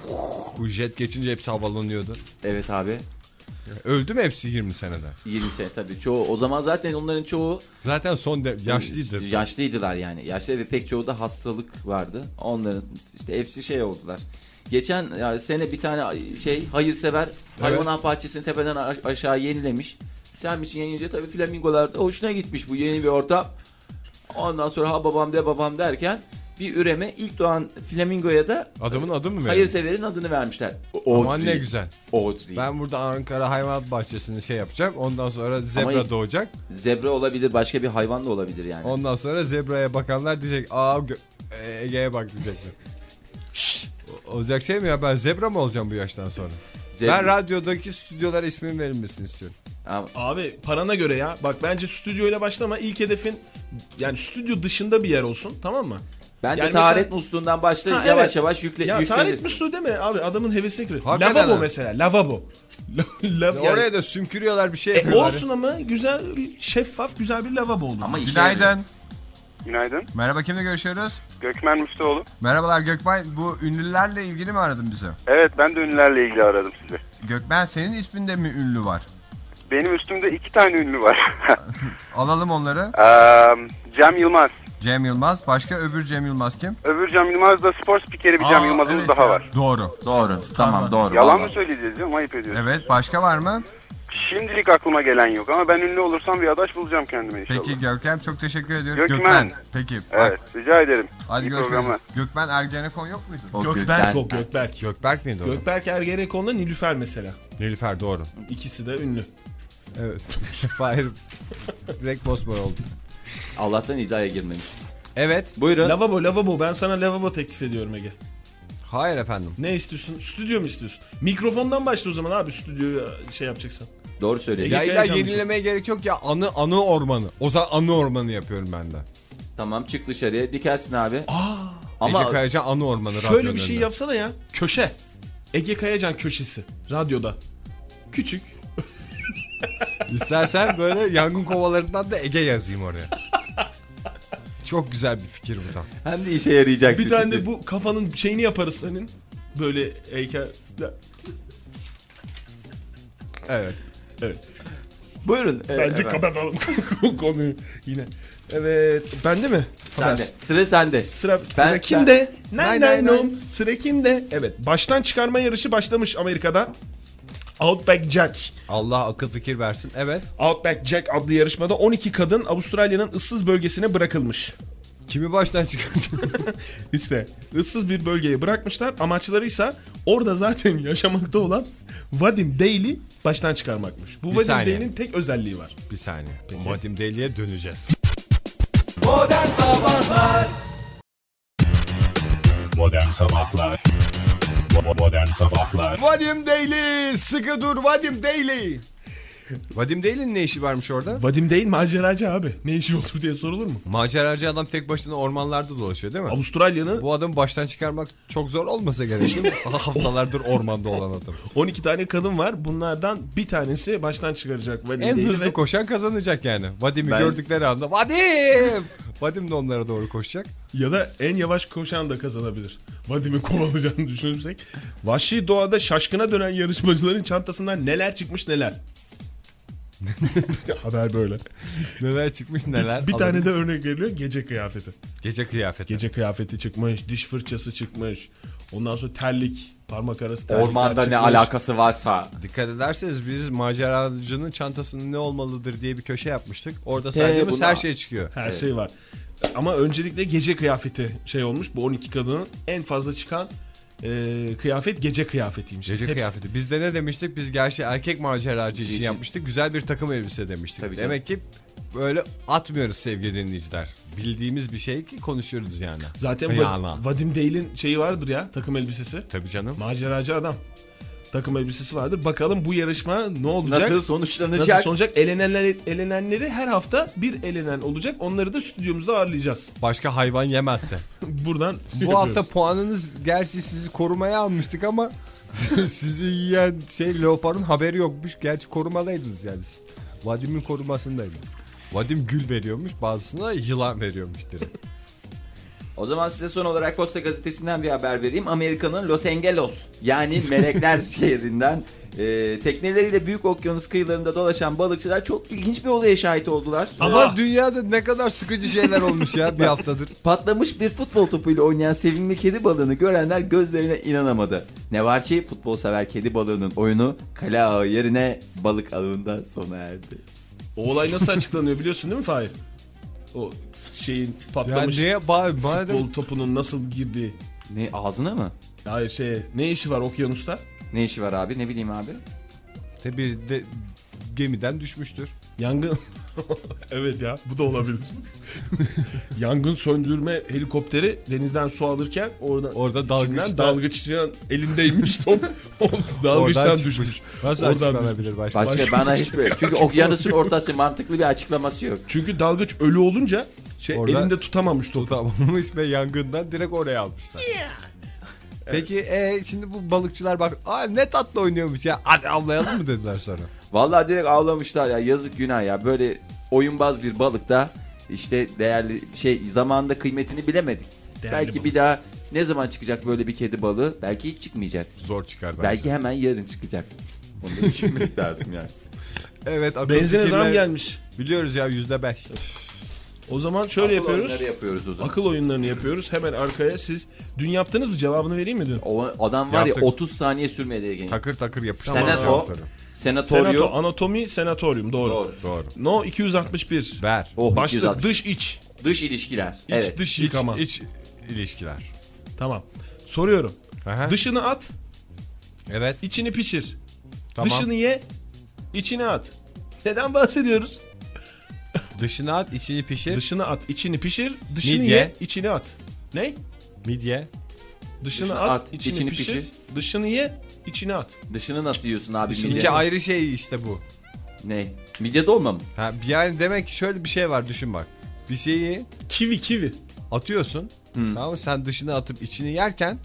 Speaker 2: jet geçince hepsi havalanıyordu.
Speaker 4: Evet abi.
Speaker 2: Öldü mü hepsi 20 senede?
Speaker 4: 20 sene tabii. Çoğu o zaman zaten onların çoğu
Speaker 2: Zaten yaşlıydı.
Speaker 4: yaşlıydılar yani. Yaşlı ve pek çoğu da hastalık vardı. Onların işte hepsi şey oldular. Geçen sene bir tane hayırsever hayvanat bahçesini tepeden aşağı yenilemiş. Sen misin yenilince tabii flamingolar da hoşuna gitmiş, bu yeni bir ortam. Ondan sonra ha babam de babam derken bir üreme, ilk doğan flamingoya da
Speaker 2: Adamın adı mı?
Speaker 4: hayırseverin adını vermişler.
Speaker 2: Aman ne güzel.
Speaker 4: Audrey.
Speaker 2: Ben burada Ankara Hayvanat Bahçesi'ni şey yapacağım. Ondan sonra zebra
Speaker 4: Ama-
Speaker 2: doğacak.
Speaker 4: Zebra olabilir, başka bir hayvan da olabilir yani.
Speaker 2: Ondan sonra zebraya bakanlar diyecek, Ege'ye bak diyecekler. Olacak şey mi ya, ben zebra mı olacağım bu yaştan sonra? Ben radyodaki stüdyolara ismin verilmesini istiyorum.
Speaker 3: Abi parana göre ya. Bak bence stüdyoyla başlama. İlk hedefin yani stüdyo dışında bir yer olsun, tamam mı?
Speaker 4: Bence
Speaker 3: yani
Speaker 4: taharet
Speaker 3: mesela...
Speaker 4: musluğundan başlayıp yavaş yavaş
Speaker 3: ya
Speaker 4: yükselirsin.
Speaker 3: taharet musluğu deme abi, adamın hevesine girer.
Speaker 2: Hakikaten
Speaker 3: Lavabo
Speaker 2: ha.
Speaker 3: mesela, lavabo.
Speaker 2: Oraya da sümkürüyorlar bir şey yapıyorlar.
Speaker 3: Olsun ama güzel, şeffaf, güzel bir lavabo olur.
Speaker 4: Ama
Speaker 7: Günaydın.
Speaker 6: Günaydın.
Speaker 7: Merhaba, kimle görüşüyoruz?
Speaker 6: Gökmen Müftüoğlu.
Speaker 7: Merhabalar Gökmen. Bu ünlülerle ilgili mi aradın bizi?
Speaker 6: Evet, ben de ünlülerle ilgili aradım sizi.
Speaker 7: Gökmen, senin isminde mi ünlü var?
Speaker 6: Benim üstümde 2 tane ünlü var.
Speaker 7: Alalım onları.
Speaker 6: Cem Yılmaz.
Speaker 7: Cem Yılmaz. Başka öbür Cem Yılmaz kim?
Speaker 6: Öbür Cem Yılmaz da spor spikeri bir Cem Yılmaz'ımız
Speaker 3: evet
Speaker 6: daha
Speaker 3: ya.
Speaker 6: var.
Speaker 7: Doğru. Tamam, doğru.
Speaker 6: Yalan
Speaker 7: Vallahi.
Speaker 6: mı söyleyeceğiz diyorum, ayıp ediyorsun.
Speaker 7: Evet, başka var mı?
Speaker 6: Şimdilik aklıma gelen yok ama ben ünlü olursam bir adaş bulacağım kendime inşallah.
Speaker 7: Peki Görkem, çok teşekkür ediyoruz.
Speaker 6: Gökmen.
Speaker 7: Peki.
Speaker 6: Evet, rica ederim.
Speaker 7: Hadi
Speaker 6: İyi
Speaker 7: görüşürüz.
Speaker 6: programlar.
Speaker 7: Gökmen Ergenekon yok muydu?
Speaker 3: Gökberk.
Speaker 2: Gökberk miydi o?
Speaker 3: Gökberk Ergenekon'la Nilüfer mesela.
Speaker 2: Nilüfer, doğru.
Speaker 3: İkisi de ünlü.
Speaker 2: Evet. Fahir direkt mosmor oldu.
Speaker 4: Allah'tan iddiaya girmemişiz.
Speaker 2: Evet.
Speaker 4: Buyurun.
Speaker 3: Lavabo. Ben sana lavabo teklif ediyorum Ege.
Speaker 2: Hayır efendim.
Speaker 3: Ne istiyorsun? Stüdyo mu istiyorsun? Mikrofondan başla o zaman abi, stüdyoya şey yapacaksan.
Speaker 4: Doğru söylüyorsun.
Speaker 2: Ya illa yenilemeye gerek yok ya, anı ormanı. O zaman anı ormanı yapıyorum ben de.
Speaker 4: Tamam, çık dışarıya dikersin abi.
Speaker 2: Ece
Speaker 4: Ama
Speaker 2: Kayacan anı ormanı.
Speaker 3: Şöyle bir şey yapsana ya. Köşe. Ege Kayacan köşesi. Radyoda. Küçük.
Speaker 2: İstersen böyle yangın kovalarından da Ege yazayım oraya. Çok güzel bir fikir bu da.
Speaker 4: hem de işe yarayacak.
Speaker 3: Bir tane de bu kafanın şeyini yaparız senin. Böyle heykel.
Speaker 2: Evet.
Speaker 4: Buyurun.
Speaker 3: Bence kapatalım konuyu yine. Evet. Bende mi?
Speaker 4: Sende. Sıra sende.
Speaker 3: Sıra kimde? Sıra kimde? Evet. Baştan çıkarma yarışı başlamış Amerika'da. Outback Jack.
Speaker 2: Allah akıl fikir versin. Evet.
Speaker 3: Outback Jack adlı yarışmada 12 kadın Avustralya'nın ıssız bölgesine bırakılmış.
Speaker 2: Kimi baştan çıkartacak?
Speaker 3: İşte ıssız bir bölgeye bırakmışlar. Amaçları ise orada zaten yaşamakta olan Vadim Daly baştan çıkarmakmış. Bu
Speaker 2: Bir
Speaker 3: Vadim
Speaker 2: saniye.
Speaker 3: Daly'nin tek özelliği var.
Speaker 2: Bir saniye. Vadim Deli'ye döneceğiz.
Speaker 1: Modern Sabahlar Modern Sabahlar
Speaker 2: Vadim Daly! Sıkı dur Vadim Daly! Vadim Daly'nin ne işi varmış orada?
Speaker 3: Vadim Daly maceracı abi. Ne işi olur diye sorulur mu?
Speaker 2: Maceracı adam tek başına ormanlarda dolaşıyor değil mi?
Speaker 3: Avustralya'nın
Speaker 2: Bu adamı baştan çıkarmak çok zor olmasa gerek değil mi? Haftalardır ormanda olan adam.
Speaker 3: 12 tane kadın var. Bunlardan bir tanesi baştan çıkaracak Vadim
Speaker 2: En
Speaker 3: Daly
Speaker 2: hızlı
Speaker 3: ve
Speaker 2: koşan kazanacak yani. Vadim'i
Speaker 4: Ben-
Speaker 2: gördükleri anda Vadim! Vadim de onlara doğru koşacak.
Speaker 3: ya da en yavaş koşan da kazanabilir. Vadim'i kovalayacağını düşünürsek. Vahşi doğada şaşkına dönen yarışmacıların çantasından neler çıkmış neler. Haber böyle.
Speaker 2: Neler çıkmış neler.
Speaker 3: Bir tane de örnek veriliyor, gece kıyafeti.
Speaker 2: Gece kıyafeti.
Speaker 3: Gece kıyafeti çıkmış, diş fırçası çıkmış. Ondan sonra terlik, parmak arası terlikler
Speaker 4: Ormanda
Speaker 3: çıkmış.
Speaker 4: ne alakası varsa.
Speaker 2: Dikkat ederseniz biz maceracının çantasının ne olmalıdır diye bir köşe yapmıştık. Orada saydığımız
Speaker 4: buna-
Speaker 2: her şey çıkıyor.
Speaker 3: Her şey var. Ama öncelikle gece kıyafeti şey olmuş. Bu 12 kadının en fazla çıkan kıyafet gece kıyafetiymiş.
Speaker 2: Gece
Speaker 3: Hepsi.
Speaker 2: kıyafeti. Biz de ne demiştik? Biz gerçi erkek maceracı için
Speaker 4: İçin.
Speaker 2: yapmıştık. Güzel bir takım elbise demiştik.
Speaker 4: Tabii canım.
Speaker 2: Demek ki böyle atmıyoruz sevgili dinleyiciler. Bildiğimiz bir şey ki konuşuyoruz yani.
Speaker 3: Zaten
Speaker 2: Yana.
Speaker 3: Vadim Daly'in şeyi vardır ya, takım elbisesi.
Speaker 2: Tabii canım.
Speaker 3: Maceracı adam. Takım elbisesi vardır. Bakalım bu yarışma ne olacak?
Speaker 4: Nasıl sonuçlanacak?
Speaker 3: Nasıl sonuçlanacak? Elenenleri her hafta bir elenen olacak. Onları da stüdyomuzda ağırlayacağız.
Speaker 2: Başka hayvan yemezse.
Speaker 3: Buradan
Speaker 2: Bu hafta puanınız, gerçi sizi korumaya almıştık ama sizi yiyen leoparın haberi yokmuş. Gerçi korumadaydınız yani siz. Vadim'in korumasındaydınız. Vadim gül veriyormuş, bazısına yılan veriyormuş direkt.
Speaker 4: O zaman size son olarak Posta Gazetesi'nden bir haber vereyim. Amerika'nın Los Angeles yani Melekler şehrinden tekneleriyle büyük okyanus kıyılarında dolaşan balıkçılar çok ilginç bir olaya şahit oldular.
Speaker 2: Ama dünyada ne kadar sıkıcı şeyler olmuş ya bir haftadır.
Speaker 4: Patlamış bir futbol topuyla oynayan sevimli kedi balığını görenler gözlerine inanamadı. Ne var ki futbol sever kedi balığının oyunu kale ağı yerine balık ağında sona erdi.
Speaker 3: O olay nasıl açıklanıyor biliyorsun değil mi Fahir? O şeyin patlamış
Speaker 2: Yani
Speaker 3: futbol topunun nasıl girdiği.
Speaker 4: Ne, ağzına mı?
Speaker 3: Hayır ne işi var okyanusta?
Speaker 4: Ne işi var abi, ne bileyim abi.
Speaker 2: Tabii gemiden düşmüştür.
Speaker 3: Yangın evet ya, bu da olabilir. Yangın söndürme helikopteri denizden su alırken
Speaker 2: Orada
Speaker 3: dalgıçın elindeymiş top. Dalgıçtan düşmüş.
Speaker 2: Nasıl
Speaker 3: Oradan
Speaker 2: açıklanabilir başka?
Speaker 4: Başka bana hiç böyle. Çünkü okyanusun ortası, mantıklı bir açıklaması yok.
Speaker 3: Çünkü dalgıç ölü olunca
Speaker 2: Orada
Speaker 3: elinde tutamamış topu.
Speaker 2: Tutamamış ve yangından direkt oraya almışlar. Peki şimdi bu balıkçılar bak ne tatlı oynuyormuş ya, hadi avlayalım mı dediler sonra.
Speaker 4: Vallahi direkt avlamışlar ya, yazık günah ya. Böyle oyunbaz bir balık da işte değerli zamanında kıymetini bilemedik. Belki
Speaker 3: balık.
Speaker 4: bir daha ne zaman çıkacak böyle bir kedi balığı? Belki hiç çıkmayacak.
Speaker 2: Zor çıkar bence.
Speaker 4: Belki hemen yarın çıkacak. Onu da düşünmek lazım yani.
Speaker 2: Evet,
Speaker 3: Benzine zam gelmiş.
Speaker 2: Biliyoruz ya, %5.
Speaker 3: O zaman şöyle
Speaker 4: Akıl
Speaker 3: yapıyoruz.
Speaker 4: oyunları yapıyoruz o zaman.
Speaker 3: Akıl oyunlarını yapıyoruz. Hemen arkaya siz dün yaptınız mı? Cevabını vereyim mi dün?
Speaker 4: O adam var
Speaker 2: Yaptık.
Speaker 4: ya 30 saniye sürmedi Ege'nin.
Speaker 2: Takır takır yapıştır.
Speaker 4: Senatoryo.
Speaker 3: Anatomi, senatoryum. Doğru.
Speaker 2: Doğru.
Speaker 3: No 261.
Speaker 2: Ver.
Speaker 3: Başlık
Speaker 4: 260.
Speaker 3: dış iç.
Speaker 4: Dış ilişkiler.
Speaker 3: İç
Speaker 4: Evet.
Speaker 3: dış yıkama.
Speaker 2: İç ilişkiler.
Speaker 3: Tamam. Soruyorum.
Speaker 2: Aha.
Speaker 3: Dışını at,
Speaker 2: Evet.
Speaker 3: içini pişir.
Speaker 2: Tamam.
Speaker 3: Dışını ye, içine at. Neden bahsediyoruz?
Speaker 2: Dışına at, içini pişir.
Speaker 3: Dışını at, içini pişir. Dışını
Speaker 2: Midye.
Speaker 3: ye, içini at. Ne?
Speaker 2: Midye.
Speaker 3: Dışını at, içini pişir. Dışını ye, içine at.
Speaker 4: Dışını nasıl yiyorsun abi?
Speaker 3: Dışını
Speaker 4: midye?
Speaker 2: İki ayrı şey işte bu.
Speaker 4: Ne? Midye dolma mı?
Speaker 2: Yani demek ki şöyle bir şey var, düşün bak. Bir şeyi
Speaker 3: Kivi.
Speaker 2: atıyorsun. Tamam mı? Sen dışını atıp içini yerken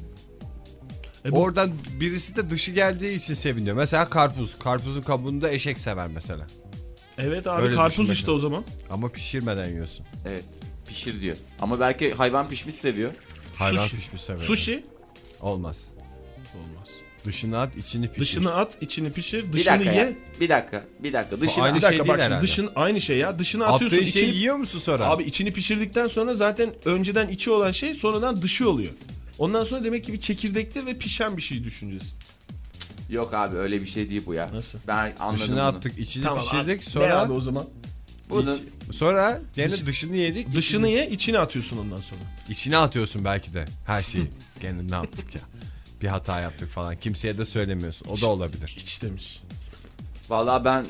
Speaker 3: Bu-
Speaker 2: oradan birisi de dışı geldiği için seviniyor. Mesela karpuz. Karpuzun kabuğunu da eşek sever mesela.
Speaker 3: Evet abi,
Speaker 2: Öyle
Speaker 3: karpuz
Speaker 2: düşünmek
Speaker 3: işte o zaman.
Speaker 2: Ama pişirmeden yiyorsun.
Speaker 4: Evet. Pişir diyor. Ama belki hayvan pişmiş seviyor.
Speaker 2: Hayvan
Speaker 3: Sushi.
Speaker 2: pişmiş sever.
Speaker 3: Sushi.
Speaker 2: Olmaz.
Speaker 3: Olmaz.
Speaker 2: Dışını at, içini pişir.
Speaker 3: Dışını at, içini pişir.
Speaker 4: Bir
Speaker 3: Dışını
Speaker 4: dakika
Speaker 3: ye.
Speaker 4: ya. Bir dakika. Dışını
Speaker 2: aynı
Speaker 3: Bir
Speaker 2: şey
Speaker 3: dakika
Speaker 2: değil
Speaker 3: bak şimdi
Speaker 2: herhalde.
Speaker 3: dışın aynı şey ya. Dışını atıyorsun,
Speaker 2: Attığın şeyi
Speaker 3: içini...
Speaker 2: yiyor musun sonra?
Speaker 3: Abi içini pişirdikten sonra zaten önceden içi olan şey sonradan dışı oluyor. Ondan sonra demek ki bir çekirdekli ve pişen bir şey düşüneceğiz.
Speaker 4: Yok abi, öyle bir şey değil bu ya.
Speaker 3: Nasıl?
Speaker 4: Ben anladım
Speaker 2: Dışını
Speaker 4: bunu.
Speaker 2: attık, içini
Speaker 3: Tamam
Speaker 2: pişirdik.
Speaker 3: abi. Ne
Speaker 2: Sonra
Speaker 3: abi o zaman?
Speaker 4: Bunun
Speaker 2: sonra gene dışını yedik.
Speaker 3: Dışını ye, içine atıyorsun ondan sonra.
Speaker 2: İçine atıyorsun belki de her şeyi. Gene ne yaptık ya? Bir hata yaptık falan. Kimseye de söylemiyorsun. O da olabilir.
Speaker 3: İç demiş.
Speaker 4: vallahi ben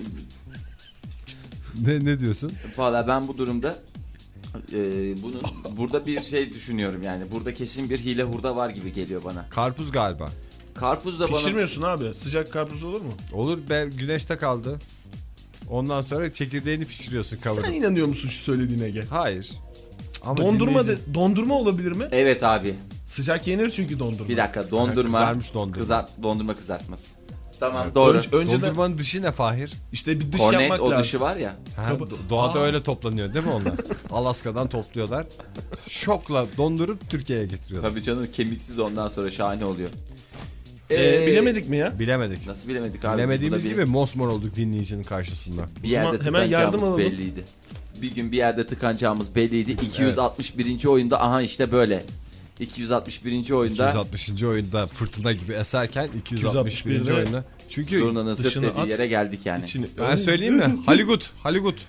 Speaker 2: Ne diyorsun?
Speaker 4: bu durumda bunun burada bir şey düşünüyorum yani. Burada kesin bir hile hurda var gibi geliyor bana.
Speaker 2: Karpuz galiba.
Speaker 4: Karpuz da bana
Speaker 3: Pişirmiyorsun abi. Sıcak karpuz olur mu?
Speaker 2: Olur be, güneşte kaldı. Ondan sonra çekirdeğini pişiriyorsun kavurup.
Speaker 3: Sen inanıyor musun şu söylediğine Ege?
Speaker 2: Hayır. Ama
Speaker 3: Dondurma olabilir mi?
Speaker 4: Evet abi.
Speaker 3: Sıcak yenir çünkü dondurma.
Speaker 4: Bir dakika, dondurma.
Speaker 2: Kızarmış dondurma.
Speaker 4: Dondurma kızartması. Tamam, doğru.
Speaker 3: Önceden
Speaker 2: Dondurmanın dışı ne Fahir?
Speaker 3: işte bir dış
Speaker 4: Kornet
Speaker 3: yapmak
Speaker 4: o
Speaker 3: lazım.
Speaker 4: dışı var ya.
Speaker 2: Doğada öyle toplanıyor değil mi onlar? Alaska'dan topluyorlar. Şokla dondurup Türkiye'ye getiriyorlar.
Speaker 4: Tabii canım, kemiksiz, ondan sonra şahane oluyor.
Speaker 3: Bilemedik mi ya?
Speaker 2: Bilemedik.
Speaker 4: Nasıl bilemedik abi?
Speaker 2: Bilemediğimiz
Speaker 4: Burada
Speaker 2: gibi mosmor olduk dinleyicinin karşısında.
Speaker 4: bir yerde
Speaker 3: Hemen yardım
Speaker 4: tıkanacağımız
Speaker 3: alalım.
Speaker 4: belliydi. Bir gün bir yerde tıkanacağımız belliydi. 261. oyunda aha işte böyle. 261. oyunda
Speaker 2: 260. oyunda fırtına gibi eserken 261.
Speaker 3: 261'de
Speaker 2: oyunda. Çünkü
Speaker 4: zurnanın zırt
Speaker 3: dışını
Speaker 4: dediği
Speaker 3: at,
Speaker 4: yere geldik yani.
Speaker 3: İçini...
Speaker 2: ben söyleyeyim mi? Hollywood.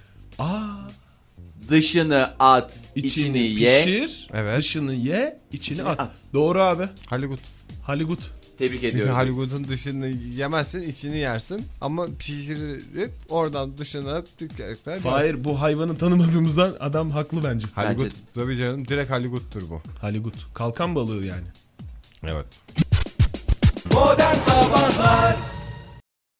Speaker 4: Dışını at, içini ye.
Speaker 3: pişir,
Speaker 2: Evet.
Speaker 3: dışını ye, içini
Speaker 4: İçini
Speaker 3: at.
Speaker 4: at.
Speaker 3: Doğru abi.
Speaker 2: Hollywood.
Speaker 4: Tebrik
Speaker 2: Çünkü
Speaker 4: ediyorum.
Speaker 2: Hollywood'un dışını yemezsin, içini yersin. Ama pişirip oradan dışına tekrar.
Speaker 3: Hayır, bu hayvanı tanımadığımızdan adam haklı bence.
Speaker 2: Hollywood
Speaker 4: Bence
Speaker 2: tabii canım, direkt Hollywood'tur bu.
Speaker 3: Hollywood. Kalkan balığı yani.
Speaker 2: Evet.
Speaker 1: Modern Sabahlar